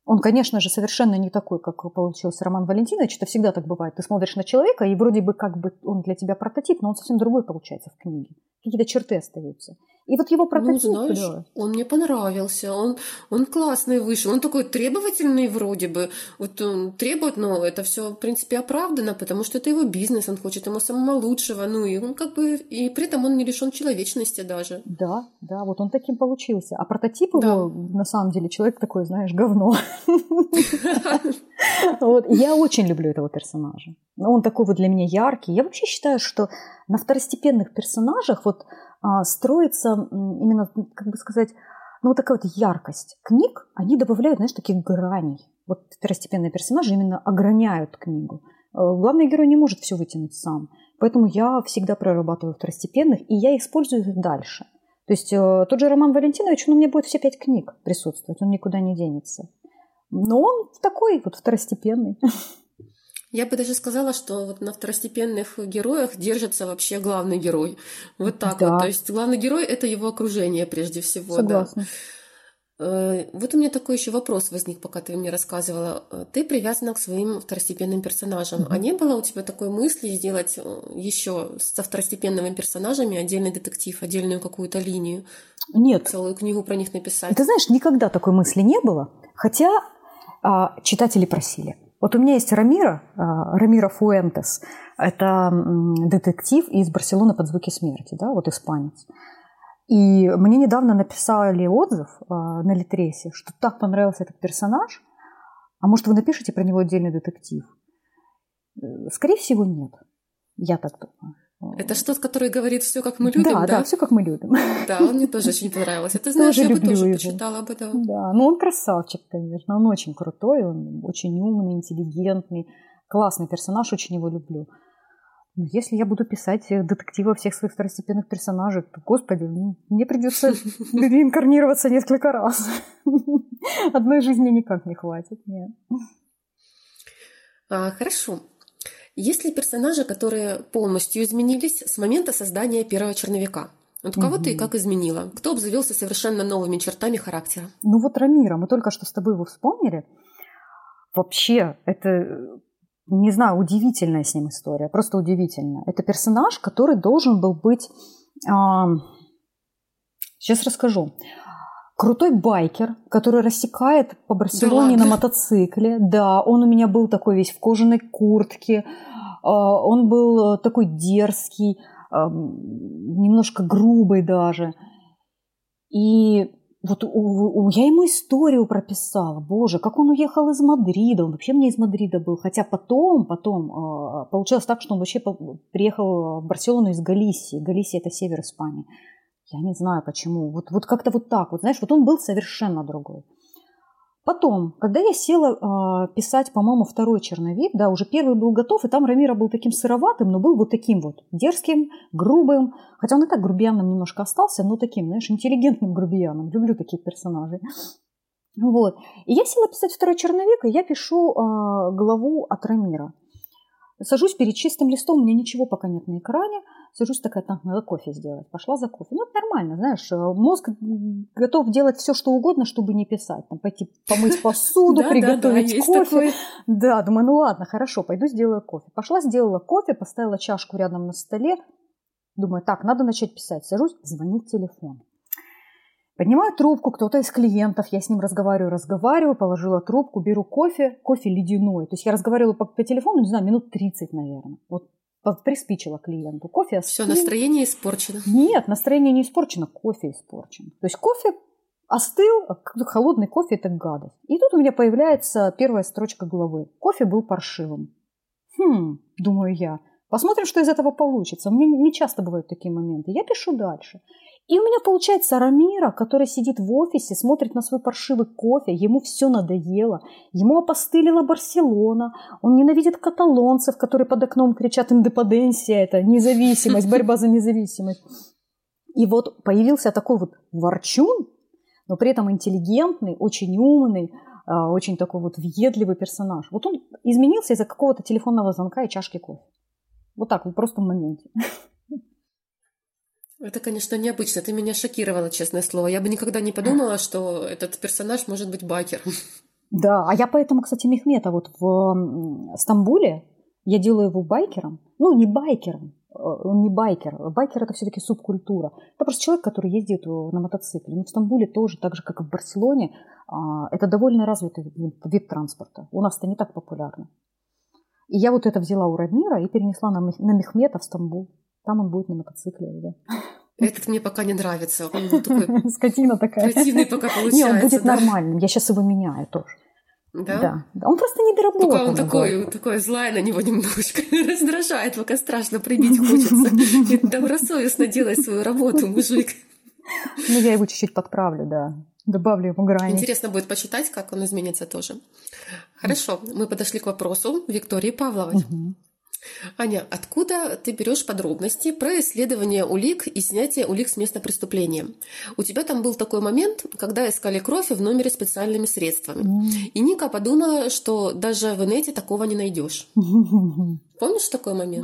Он, конечно же, совершенно не такой, как получился Роман Валентинович. Это всегда так бывает. Ты смотришь на человека, и вроде бы как бы он для тебя прототип, но он совсем другой получается в книге. Какие-то черты остаются. И вот его прототип... Ну, знаешь, да. он мне понравился, он, он классный вышел, он такой требовательный вроде бы, вот он требует, но это все, в принципе, оправдано, потому что это его бизнес, он хочет ему самого лучшего, ну, и он как бы, и при этом он не лишен человечности даже. Да, да, вот он таким получился. А прототип Да. его, на самом деле, человек такой, знаешь, говно. Я очень люблю этого персонажа. Он такой вот для меня яркий. Я вообще считаю, что на второстепенных персонажах вот а, строится именно, как бы сказать, ну вот такая вот яркость книг, они добавляют, знаешь, таких граней. Вот второстепенные персонажи именно ограняют книгу. Главный герой не может все вытянуть сам. Поэтому я всегда прорабатываю второстепенных, и я использую их дальше. То есть тот же Роман Валентинович, он у меня будет все пять книг присутствовать, он никуда не денется. Но он такой вот второстепенный. Я бы даже сказала, что вот на второстепенных героях держится вообще главный герой. Вот так Да. вот. То есть главный герой – это его окружение прежде всего. Согласна. Да. Вот у меня такой еще вопрос возник, пока ты мне рассказывала. Ты привязана к своим второстепенным персонажам. Mm-hmm. А не было у тебя такой мысли сделать еще со второстепенными персонажами отдельный детектив, отдельную какую-то линию? Нет. Целую книгу про них написать? Ты знаешь, никогда такой мысли не было, хотя а, читатели просили. Вот у меня есть Рамира, Рамира Фуэнтес. Это детектив из «Барселоны под звуки смерти», да, вот испанец. И мне недавно написали отзыв на Литресе, что так понравился этот персонаж. А может, вы напишите про него отдельный детектив? Скорее всего, нет. Я так думаю. Это что, который говорит все, как мы любим, да? Да, да, все, как мы любим. Да, он мне тоже очень понравился. Ты знаешь, я бы тоже почитала бы, да. Да, ну он красавчик, конечно. Он очень крутой, он очень умный, интеллигентный, классный персонаж, очень его люблю. Но если я буду писать детективы всех своих второстепенных персонажей, то, господи, мне придется реинкарнироваться несколько раз. Одной жизни никак не хватит. Нет. А, хорошо. Есть ли персонажи, которые полностью изменились с момента создания первого черновика? Вот кого угу. ты как изменила? Кто обзавелся совершенно новыми чертами характера? Ну вот Рамира, мы только что с тобой его вспомнили. Вообще, это, не знаю, удивительная с ним история, просто удивительная. Это персонаж, который должен был быть... А... Сейчас расскажу. Крутой байкер, который рассекает по Барселоне да на мотоцикле. Да, он у меня был такой весь в кожаной куртке. Он был такой дерзкий, немножко грубый даже. И вот я ему историю прописала. Боже, как он уехал из Мадрида. Он вообще мне из Мадрида был. Хотя потом, потом получилось так, что он вообще приехал в Барселону из Галисии. Галисия – это север Испании. Я не знаю почему. Вот, вот как-то вот так вот, знаешь, вот он был совершенно другой. Потом, когда я села э, писать, по-моему, второй черновик, да, уже первый был готов, и там Рамира был таким сыроватым, но был вот таким вот дерзким, грубым. Хотя он и так грубияном немножко остался, но таким, знаешь, интеллигентным грубияном. Люблю таких персонажей. Вот. И я села писать второй черновик, и я пишу э, главу от Рамира. Сажусь перед чистым листом, у меня ничего пока нет на экране. Сажусь такая, так, надо кофе сделать. Пошла за кофе. Ну, это нормально, знаешь, мозг готов делать все, что угодно, чтобы не писать. Там, пойти помыть посуду, приготовить кофе. Да, думаю, ну ладно, хорошо, пойду сделаю кофе. Пошла, сделала кофе, поставила чашку рядом на столе. Думаю, так, надо начать писать. Сажусь, звонит телефон. Поднимаю трубку, кто-то из клиентов, я с ним разговариваю, разговариваю, положила трубку, беру кофе, кофе ледяной. То есть я разговаривала по, по телефону, не знаю, минут тридцать, наверное. Вот приспичила клиенту. Кофе остыл. Все, настроение испорчено. Нет, настроение не испорчено, кофе испорчен. То есть кофе остыл, холодный кофе – это гадость. И тут у меня появляется первая строчка главы. Кофе был паршивым. Хм, думаю я. Посмотрим, что из этого получится. У меня не часто бывают такие моменты. Я пишу дальше. И у меня получается Рамира, который сидит в офисе, смотрит на свой паршивый кофе, ему все надоело, ему опостылила Барселона, он ненавидит каталонцев, которые под окном кричат «индепенденция», это независимость, борьба за независимость. И вот появился такой вот ворчун, но при этом интеллигентный, очень умный, очень такой вот въедливый персонаж. Вот он изменился из-за какого-то телефонного звонка и чашки кофе. Вот так вот, просто в моменте. Это, конечно, необычно. Ты меня шокировала, честное слово. Я бы никогда не подумала, что этот персонаж может быть байкером. Да, а я поэтому, кстати, Мехмета вот в Стамбуле, я делаю его байкером. Ну, не байкером, он не байкер. Байкер – это все-таки субкультура. Это просто человек, который ездит на мотоцикле. Но в Стамбуле тоже, так же, как и в Барселоне, это довольно развитый вид транспорта. У нас это не так популярно. И я вот это взяла у Рамира и перенесла на Мехмета в Стамбул. Там он будет на мотоцикле. Да. Этот мне пока не нравится. Он такой скотина такая. Противный пока получается. Не, он будет да? нормальным. Я сейчас его меняю тоже. Да? Да. Он просто недоработан. Пока он такой, такой злая на него немножко раздражает, пока страшно прибить хочется. Добросовестно делай свою работу, мужик. Ну, я его чуть-чуть подправлю, да. Добавлю ему грани. Интересно будет почитать, как он изменится тоже. Хорошо, мы подошли к вопросу Виктории Павловой. Угу. Аня, откуда ты берешь подробности про исследование улик и снятие улик с места преступления? У тебя там был такой момент, когда искали кровь в номере специальными средствами. Mm. И Ника подумала, что даже в инете такого не найдешь. Помнишь такой момент?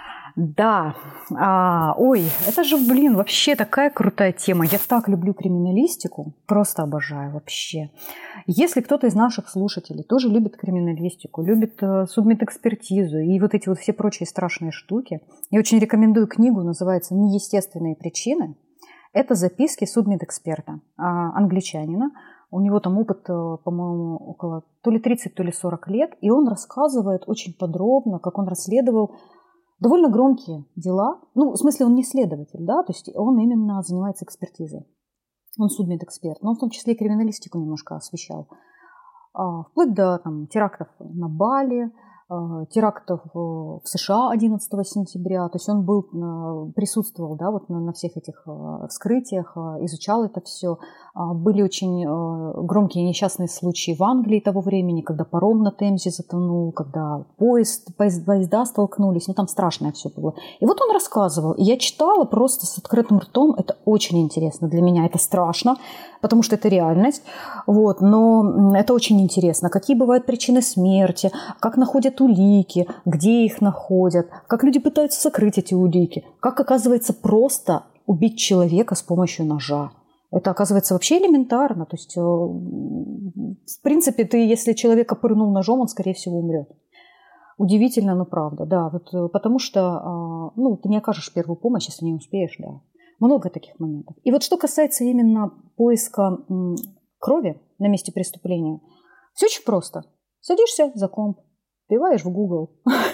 Да. А, ой, это же, блин, вообще такая крутая тема. Я так люблю криминалистику. Просто обожаю вообще. Если кто-то из наших слушателей тоже любит криминалистику, любит э, судмедэкспертизу и вот эти вот все прочие страшные штуки, я очень рекомендую книгу, называется «Неестественные причины». Это записки судмедэксперта, э, англичанина. У него там опыт, э, по-моему, около то ли тридцать, то ли сорок лет. И он рассказывает очень подробно, как он расследовал довольно громкие дела. Ну, в смысле, он не следователь, да, то есть он именно занимается экспертизой. Он судмедэксперт, но он в том числе и криминалистику немножко освещал. А, вплоть до там, терактов на Бали, а, терактов в США одиннадцатого сентября. То есть он был, присутствовал да, вот на, на всех этих вскрытиях, изучал это все. А, были очень громкие несчастные случаи в Англии того времени, когда паром на Темзе затонул, когда поезд, поезд, поезда столкнулись. Ну, там страшное все было. И вот он рассказывал. И я читала просто с открытым ртом. Это очень интересно для меня. Это страшно, потому что это реальность. Вот. Но это очень интересно. Какие бывают причины смерти, как находят улики, где их находят, как люди пытаются сокрыть эти улики, как оказывается просто убить человека с помощью ножа. Это оказывается вообще элементарно. То есть, в принципе, ты, если человека пырнул ножом, он, скорее всего, умрет. Удивительно, но правда, да. Вот, потому что ну, ты не окажешь первую помощь, если не успеешь, да. Много таких моментов. И вот что касается именно поиска крови на месте преступления, все очень просто. Садишься за комп, вбиваешь в Google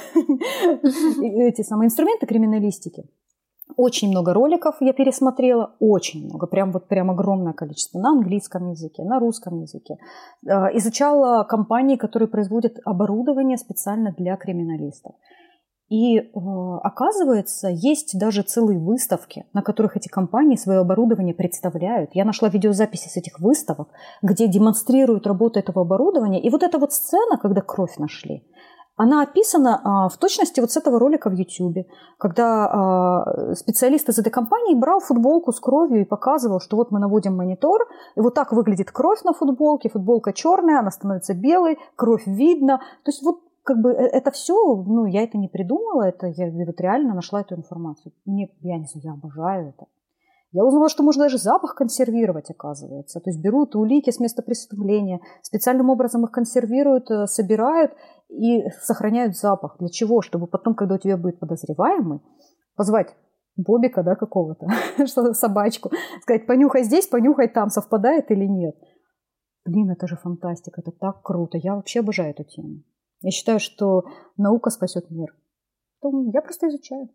эти самые инструменты криминалистики. Очень много роликов я пересмотрела, очень много, прям вот прям огромное количество на английском языке, на русском языке. Изучала компании, которые производят оборудование специально для криминалистов. И оказывается, есть даже целые выставки, на которых эти компании свое оборудование представляют. Я нашла видеозаписи с этих выставок, где демонстрируют работу этого оборудования. И вот эта вот сцена, когда кровь нашли, она описана а, в точности вот с этого ролика в Ютьюбе, когда а, специалист из этой компании брал футболку с кровью и показывал, что вот мы наводим монитор, и вот так выглядит кровь на футболке, футболка черная, она становится белой, кровь видно. То есть вот как бы это все, ну, я это не придумала, это я вот реально нашла эту информацию. Мне, я не знаю, я обожаю это. Я узнала, что можно даже запах консервировать, оказывается. То есть берут улики с места преступления, специальным образом их консервируют, собирают и сохраняют запах. Для чего? Чтобы потом, когда у тебя будет подозреваемый, позвать Бобика, да, какого-то, что собачку, сказать, понюхай здесь, понюхай там, совпадает или нет. Блин, это же фантастика, это так круто. Я вообще обожаю эту тему. Я считаю, что наука спасет мир. Поэтому я просто изучаю.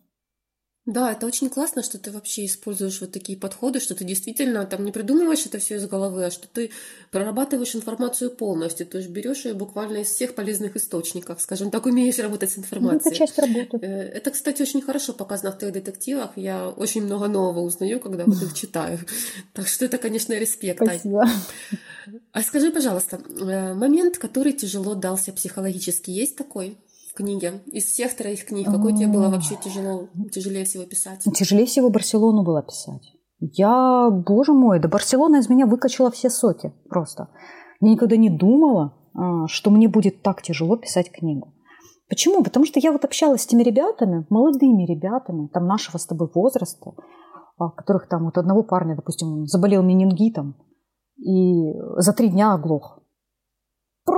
Да, это очень классно, что ты вообще используешь вот такие подходы, что ты действительно там не придумываешь это все из головы, а что ты прорабатываешь информацию полностью, то есть берешь ее буквально из всех полезных источников, скажем так, умеешь работать с информацией. Ну, это часть работы. Это, кстати, очень хорошо показано в твоих детективах. Я очень много нового узнаю, когда вот их читаю. Так что это, конечно, респект. Спасибо. А скажи, пожалуйста, момент, который тяжело дался психологически, есть такой? Книги. Из всех троих книг, какой тебе было вообще тяжело, тяжелее всего писать? Тяжелее всего Барселону было писать. Я, боже мой, да Барселона из меня выкачала все соки просто. Я никогда не думала, что мне будет так тяжело писать книгу. Почему? Потому что я вот общалась с теми ребятами, молодыми ребятами, там нашего с тобой возраста, которых там вот одного парня, допустим, заболел менингитом и за три дня оглох.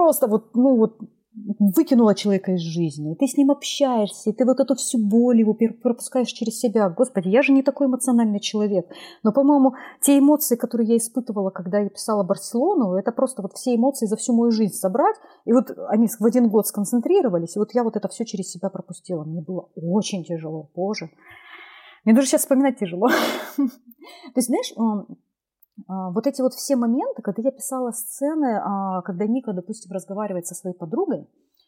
просто вот, ну вот, выкинула человека из жизни, и ты с ним общаешься, и ты вот эту всю боль его пропускаешь через себя. Господи, я же не такой эмоциональный человек. Но, по-моему, те эмоции, которые я испытывала, когда я писала «Барселону», это просто вот все эмоции за всю мою жизнь собрать, и вот они в один год сконцентрировались, и вот я вот это все через себя пропустила. Мне было очень тяжело, боже. Мне даже сейчас вспоминать тяжело. То есть, знаешь, вот эти вот все моменты, когда я писала сцены, когда Ника, допустим, разговаривает со своей подругой,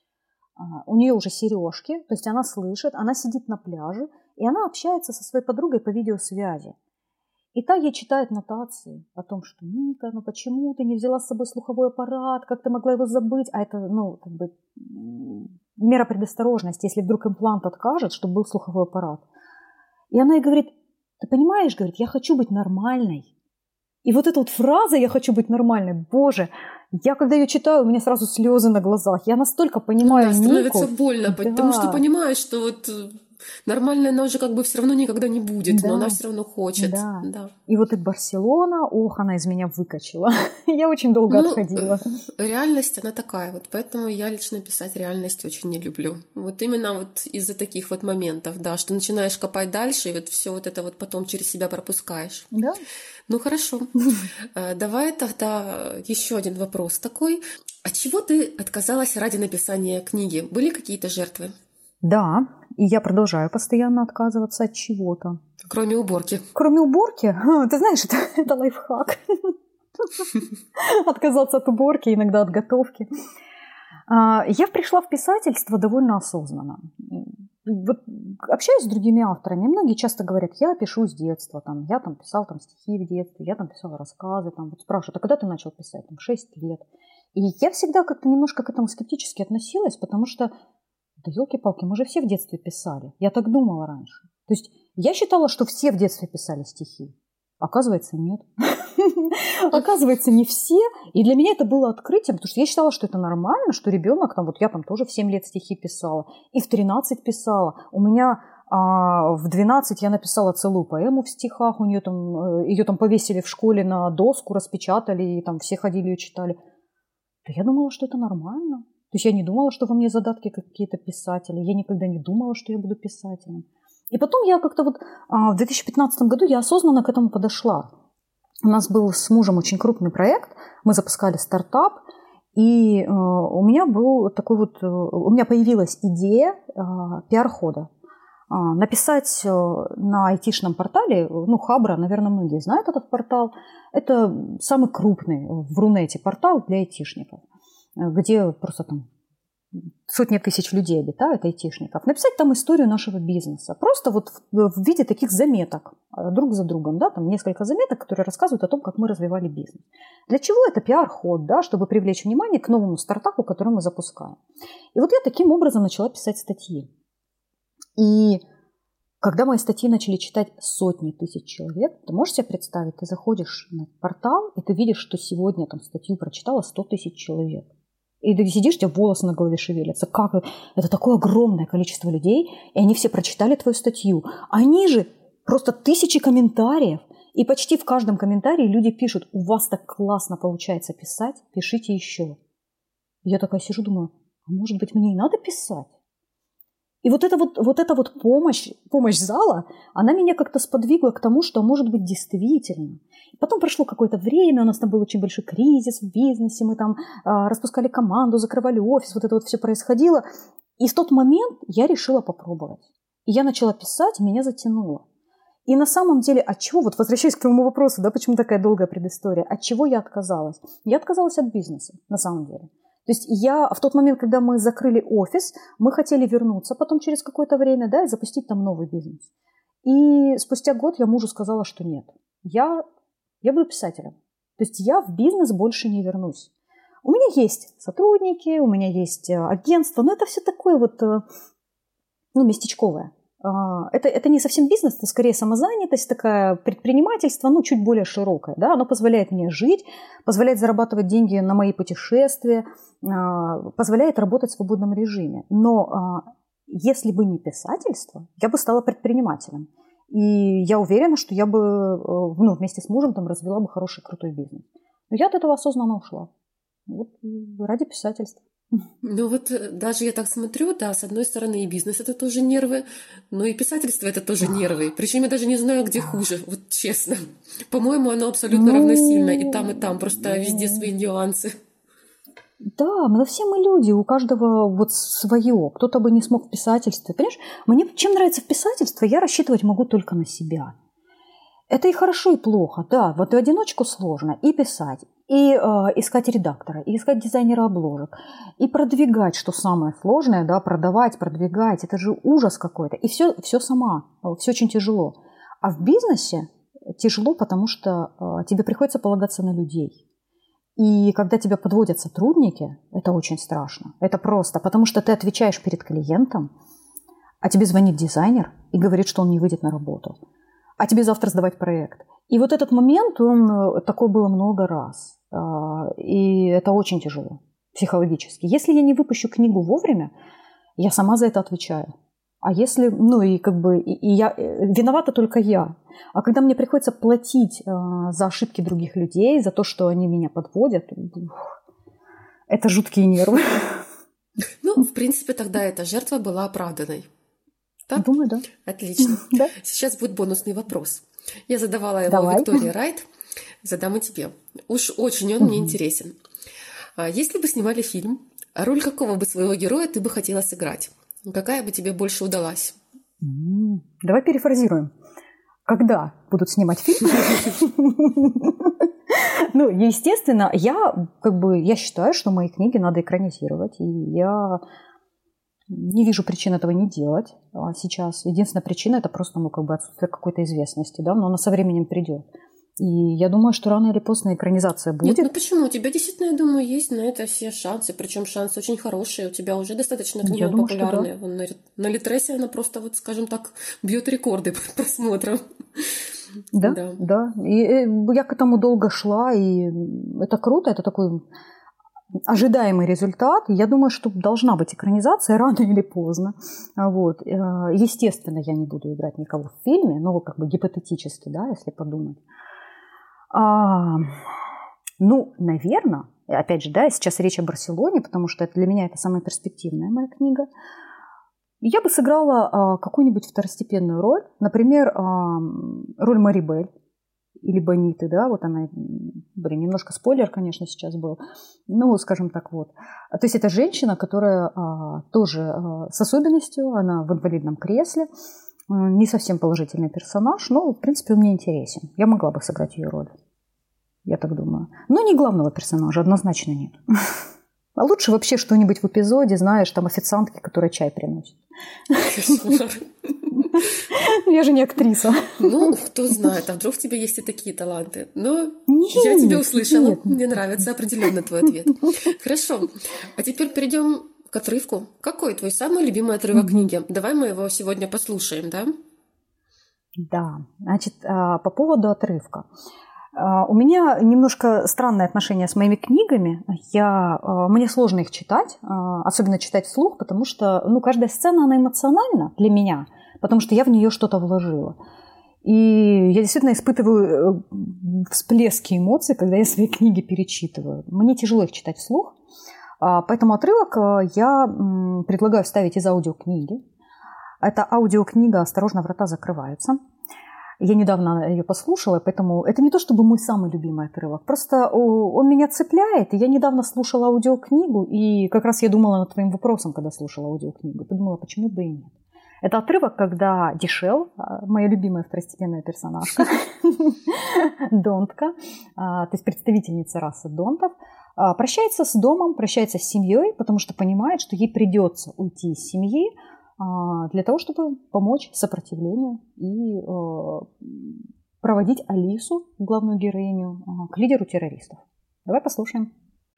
у нее уже сережки, то есть она слышит, она сидит на пляже, и она общается со своей подругой по видеосвязи. И та ей читает нотации о том, что Ника, ну почему ты не взяла с собой слуховой аппарат, как ты могла его забыть? А это, ну, как бы мера предосторожности, если вдруг имплант откажет, чтобы был слуховой аппарат. И она ей говорит, ты понимаешь, говорит, я хочу быть нормальной. И вот эта вот фраза «я хочу быть нормальной», боже, я когда ее читаю, у меня сразу слезы на глазах. Я настолько понимаю ну, да, становится Нику. больно, Да. потому что понимаешь, что вот нормально она уже как бы все равно никогда не будет, да. но она все равно хочет. Да. Да. И вот и Барселона, ох, она из меня выкачала. Я очень долго ну, отходила. Реальность, она такая вот, поэтому я лично писать реальность очень не люблю. Вот именно вот из-за таких вот моментов, да, что начинаешь копать дальше, и вот все вот это вот потом через себя пропускаешь. Да. Ну хорошо, давай тогда еще один вопрос такой. От чего ты отказалась ради написания книги? Были какие-то жертвы? Да, и я продолжаю постоянно отказываться от чего-то. Кроме уборки? Кроме уборки? Ты знаешь, это, это лайфхак. Отказаться от уборки, иногда от готовки. Я пришла в писательство довольно осознанно. Вот, общаюсь с другими авторами, многие часто говорят, я пишу с детства, там, я там писал там, стихи в детстве, я там писала рассказы, там, вот спрашивают, а когда ты начал писать? Там, шесть лет. И я всегда как-то немножко к этому скептически относилась, потому что, да елки-палки, мы же все в детстве писали. Я так думала раньше. То есть я считала, что все в детстве писали стихи. Оказывается, нет. Оказывается, не все. И для меня это было открытием, потому что я считала, что это нормально, что ребенок, там, вот я там тоже в семь лет стихи писала, и в тринадцать писала. У меня а, в двенадцать я написала целую поэму в стихах, у нее там, ее там повесили в школе на доску, распечатали, и там все ходили и читали. Да я думала, что это нормально. То есть я не думала, что во мне задатки какие-то писатели. Я никогда не думала, что я буду писателем. И потом я как-то вот в две тысячи пятнадцатом году я осознанно к этому подошла. У нас был с мужем очень крупный проект, мы запускали стартап, и у меня был такой вот, у меня появилась идея пиар-хода. Написать на айтишном портале, ну, Хабра, наверное, многие знают этот портал, это самый крупный в Рунете портал для айтишников, где просто там сотни тысяч людей обитают, айтишников, написать там историю нашего бизнеса. Просто вот в, в виде таких заметок друг за другом, да, там несколько заметок, которые рассказывают о том, как мы развивали бизнес. Для чего это пиар-ход, да, чтобы привлечь внимание к новому стартапу, который мы запускаем. И вот я таким образом начала писать статьи. И когда мои статьи начали читать сотни тысяч человек, ты можешь себе представить, ты заходишь на портал, и ты видишь, что сегодня там статью прочитало сто тысяч человек. И ты сидишь, у тебя волосы на голове шевелятся. Как это такое огромное количество людей, и они все прочитали твою статью. Они же просто тысячи комментариев. И почти в каждом комментарии люди пишут, у вас так классно получается писать, пишите еще. И я такая сижу, думаю, а может быть мне и надо писать? И вот эта вот, вот, эта вот помощь, помощь зала, она меня как-то сподвигла к тому, что может быть действительно. И потом прошло какое-то время, у нас там был очень большой кризис в бизнесе, мы там а, распускали команду, закрывали офис, вот это вот все происходило. И в тот момент я решила попробовать. И я начала писать, и меня затянуло. И на самом деле от чего, вот возвращаясь к твоему вопросу, да, почему такая долгая предыстория, от чего я отказалась? Я отказалась от бизнеса, на самом деле. То есть я в тот момент, когда мы закрыли офис, мы хотели вернуться потом через какое-то время, да, и запустить там новый бизнес. И спустя год я мужу сказала, что нет, я, я буду писателем. То есть я в бизнес больше не вернусь. У меня есть сотрудники, у меня есть агентство, но это все такое вот, ну, местечковое. Это, это не совсем бизнес, это скорее самозанятость, такое предпринимательство, ну, чуть более широкое. Да? Оно позволяет мне жить, позволяет зарабатывать деньги на мои путешествия, позволяет работать в свободном режиме. Но если бы не писательство, я бы стала предпринимателем. И я уверена, что я бы, ну, вместе с мужем там развела бы хороший, крутой бизнес. Но я от этого осознанно ушла. Вот ради писательства. Ну вот даже я так смотрю, да, с одной стороны и бизнес это тоже нервы, но и писательство это тоже нервы. Причем я даже не знаю, где хуже, вот честно. По-моему, оно абсолютно равносильно и там, и там, просто везде свои нюансы. Да, мы все мы люди, у каждого вот свое. Кто-то бы не смог в писательстве. Понимаешь, мне чем нравится в писательстве, я рассчитывать могу только на себя. Это и хорошо, и плохо, да. Вот в одиночку сложно и писать, и э, искать редактора, и искать дизайнера обложек, и продвигать, что самое сложное, да, продавать, продвигать. Это же ужас какой-то. И все, все сама, все очень тяжело. А в бизнесе тяжело, потому что э, тебе приходится полагаться на людей. И когда тебя подводят сотрудники, это очень страшно. Это просто, потому что ты отвечаешь перед клиентом, а тебе звонит дизайнер и говорит, что он не выйдет на работу. А тебе завтра сдавать проект. И вот этот момент, он такой было много раз. И это очень тяжело психологически. Если я не выпущу книгу вовремя, я сама за это отвечаю. А если, ну и как бы, и, и я, виновата только я. А когда мне приходится платить э, за ошибки других людей, за то, что они меня подводят, ух, это жуткие нервы. Ну, в принципе, тогда эта жертва была оправданной. Так? Думаю, да. Отлично. Да. Сейчас будет бонусный вопрос. Я задавала его Давай. Виктории Райт, задам и тебе. Уж очень он мне интересен. Если бы снимали фильм, роль какого бы своего героя ты бы хотела сыграть? Какая бы тебе больше удалась? Давай перефразируем. Когда будут снимать фильм? Ну, естественно, я как бы я считаю, что мои книги надо экранизировать, и я не вижу причин этого не делать сейчас. Единственная причина это просто, ну, как бы отсутствие какой-то известности, да, но она со временем придет. И я думаю, что рано или поздно экранизация будет. Нет, ну почему? У тебя действительно, я думаю, есть на это все шансы. Причем шансы очень хорошие. У тебя уже достаточно книга думаю, популярная. да. Вон на, на Литресе она просто, вот, скажем так, бьет рекорды просмотров. Да, да, да. И я к этому долго шла, и это круто, это такой ожидаемый результат. Я думаю, что должна быть экранизация рано или поздно. Вот. Естественно, я не буду играть никого в фильме, но как бы гипотетически, да, если подумать. А, ну, наверное, опять же, да, сейчас речь о Барселоне, потому что это, для меня это самая перспективная моя книга. Я бы сыграла а, какую-нибудь второстепенную роль, например, а, роль Марибель или Бониты, да, вот она, блин, немножко спойлер, конечно, сейчас был, ну, скажем так, вот. То есть это женщина, которая а, тоже а, с особенностью, она в инвалидном кресле, не совсем положительный персонаж, но, в принципе, он мне интересен. Я могла бы сыграть ее роль. Я так думаю. Но не главного персонажа, однозначно нет. А лучше вообще что-нибудь в эпизоде, знаешь, там официантки, которая чай приносит. Я же не актриса. Ну, кто знает, а вдруг у тебя есть и такие таланты. Но я тебя услышала. Мне нравится определенно твой ответ. Хорошо. А теперь перейдем к отрывку. Какой твой самый любимый отрывок книги? Давай мы его сегодня послушаем, да? Да. Значит, по поводу отрывка. У меня немножко странное отношение с моими книгами. Я, мне сложно их читать, особенно читать вслух, потому что ну, каждая сцена, она эмоциональна для меня, потому что я в нее что-то вложила. И я действительно испытываю всплески эмоций, когда я свои книги перечитываю. Мне тяжело их читать вслух, поэтому отрывок я предлагаю вставить из аудиокниги. Это аудиокнига «Осторожно, врата закрываются». Я недавно ее послушала, поэтому это не то чтобы мой самый любимый отрывок. Просто он меня цепляет. И я недавно слушала аудиокнигу, и как раз я думала над твоим вопросом, когда слушала аудиокнигу. Подумала, почему бы и нет. Это отрывок, когда Дишел, моя любимая второстепенная персонажка, донтка, то есть представительница расы донтов, прощается с домом, прощается с семьей, потому что понимает, что ей придется уйти из семьи, для того, чтобы помочь сопротивлению и проводить Алису, главную героиню, к лидеру террористов. Давай послушаем.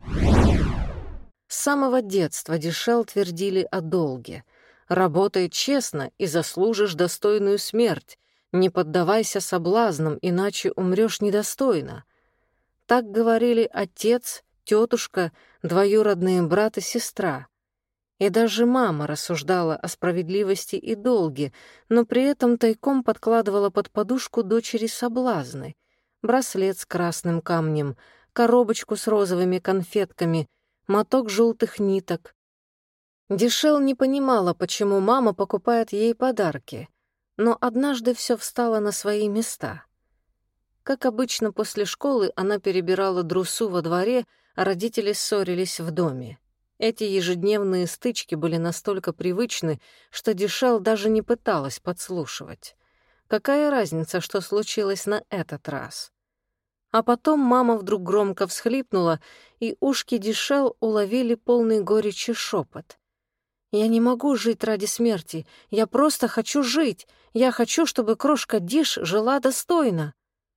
С самого детства Дишел твердили о долге. «Работай честно, и заслужишь достойную смерть. Не поддавайся соблазнам, иначе умрешь недостойно». Так говорили отец, тетушка, двоюродные брат и сестра. И даже мама рассуждала о справедливости и долге, но при этом тайком подкладывала под подушку дочери соблазны. Браслет с красным камнем, коробочку с розовыми конфетками, моток желтых ниток. Дишел не понимала, почему мама покупает ей подарки, но однажды все встало на свои места. Как обычно, после школы она перебирала друсу во дворе, а родители ссорились в доме. Эти ежедневные стычки были настолько привычны, что Дишел даже не пыталась подслушивать. Какая разница, что случилось на этот раз? А потом мама вдруг громко всхлипнула, и ушки Дишел уловили полный горечи шепот. «Я не могу жить ради смерти. Я просто хочу жить. Я хочу, чтобы крошка Диш жила достойно».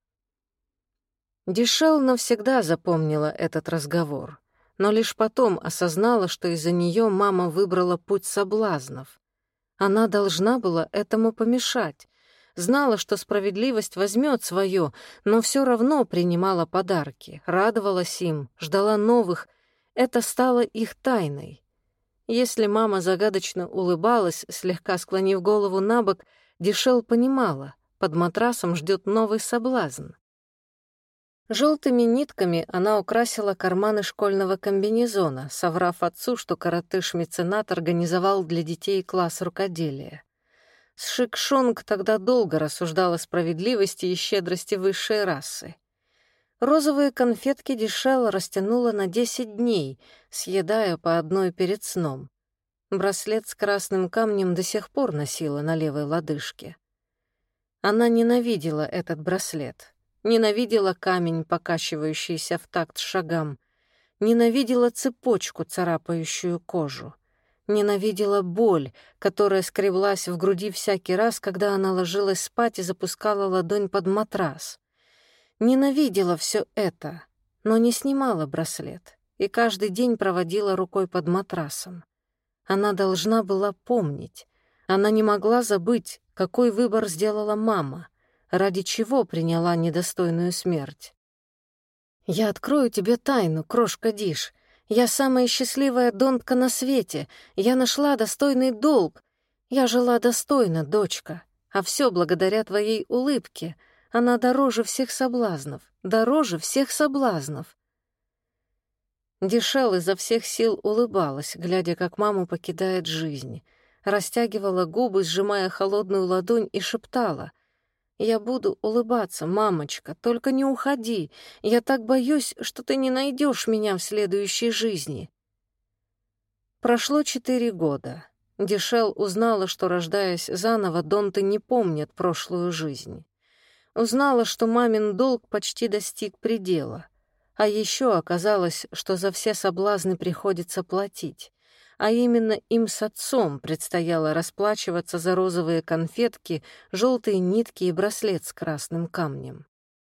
Дишел навсегда запомнила этот разговор, но лишь потом осознала, что из-за нее мама выбрала путь соблазнов. Она должна была этому помешать. Знала, что справедливость возьмет свое, но все равно принимала подарки, радовалась им, ждала новых. Это стало их тайной. Если мама загадочно улыбалась, слегка склонив голову на бок, Дишел понимала, под матрасом ждет новый соблазн. Желтыми нитками она украсила карманы школьного комбинезона, соврав отцу, что коротыш-меценат организовал для детей класс рукоделия. Сшик-шонг тогда долго рассуждал о справедливости и щедрости высшей расы. Розовые конфетки Дишел растянула на десять дней, съедая по одной перед сном. Браслет с красным камнем до сих пор носила на левой лодыжке. Она ненавидела этот браслет. Ненавидела камень, покачивающийся в такт шагам. Ненавидела цепочку, царапающую кожу. Ненавидела боль, которая скреблась в груди всякий раз, когда она ложилась спать и запускала ладонь под матрас. Ненавидела все это, но не снимала браслет и каждый день проводила рукой под матрасом. Она должна была помнить. Она не могла забыть, какой выбор сделала мама, ради чего приняла недостойную смерть. «Я открою тебе тайну, крошка Диш. Я самая счастливая донтка на свете. Я нашла достойный долг. Я жила достойно, дочка. А все благодаря твоей улыбке. Она дороже всех соблазнов. Дороже всех соблазнов». Дишел изо всех сил улыбалась, глядя, как маму покидает жизнь. Растягивала губы, сжимая холодную ладонь, и шептала: «Я буду улыбаться, мамочка, только не уходи. Я так боюсь, что ты не найдешь меня в следующей жизни». Прошло четыре года. Дишел узнала, что, рождаясь заново, донты не помнят прошлую жизнь. Узнала, что мамин долг почти достиг предела. А еще оказалось, что за все соблазны приходится платить. А именно им с отцом предстояло расплачиваться за розовые конфетки, желтые нитки и браслет с красным камнем.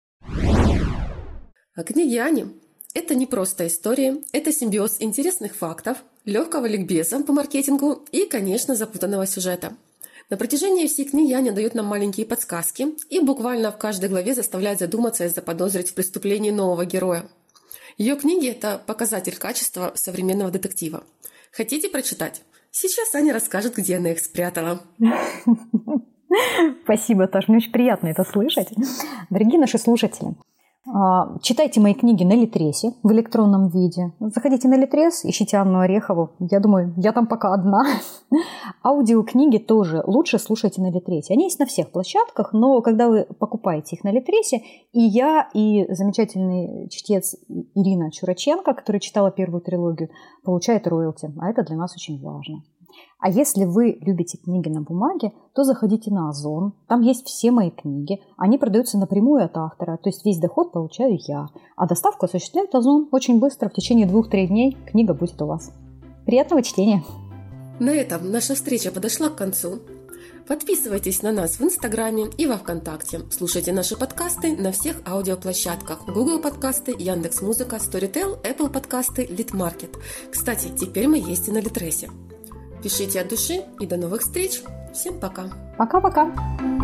А книги Ани – это не просто история, это симбиоз интересных фактов, легкого ликбеза по маркетингу и, конечно, запутанного сюжета. На протяжении всей книги Аня дает нам маленькие подсказки и буквально в каждой главе заставляет задуматься и заподозрить в преступлении нового героя. Ее книги – это показатель качества современного детектива. Хотите прочитать? Сейчас Аня расскажет, где она их спрятала. Спасибо, Таш, мне очень приятно это слышать. Дорогие наши слушатели, читайте мои книги на Литресе в электронном виде. Заходите на Литрес, ищите Анну Орехову. Я думаю, я там пока одна. Аудиокниги тоже лучше слушайте на Литресе. Они есть на всех площадках, но когда вы покупаете их на Литресе, и я, и замечательный чтец Ирина Чураченко, которая читала первую трилогию, получает роялти. А это для нас очень важно. А если вы любите книги на бумаге, то заходите на Озон. Там есть все мои книги. Они продаются напрямую от автора. То есть весь доход получаю я. А доставку осуществляет Озон очень быстро. В течение двух-трех дней книга будет у вас. Приятного чтения! На этом наша встреча подошла к концу. Подписывайтесь на нас в Инстаграме и во Вконтакте. Слушайте наши подкасты на всех аудиоплощадках: Google подкасты, Яндекс.Музыка, Storytel, Apple подкасты, Литмаркет. Кстати, теперь мы есть и на Литресе. Пишите от души и до новых встреч. Всем пока. Пока-пока.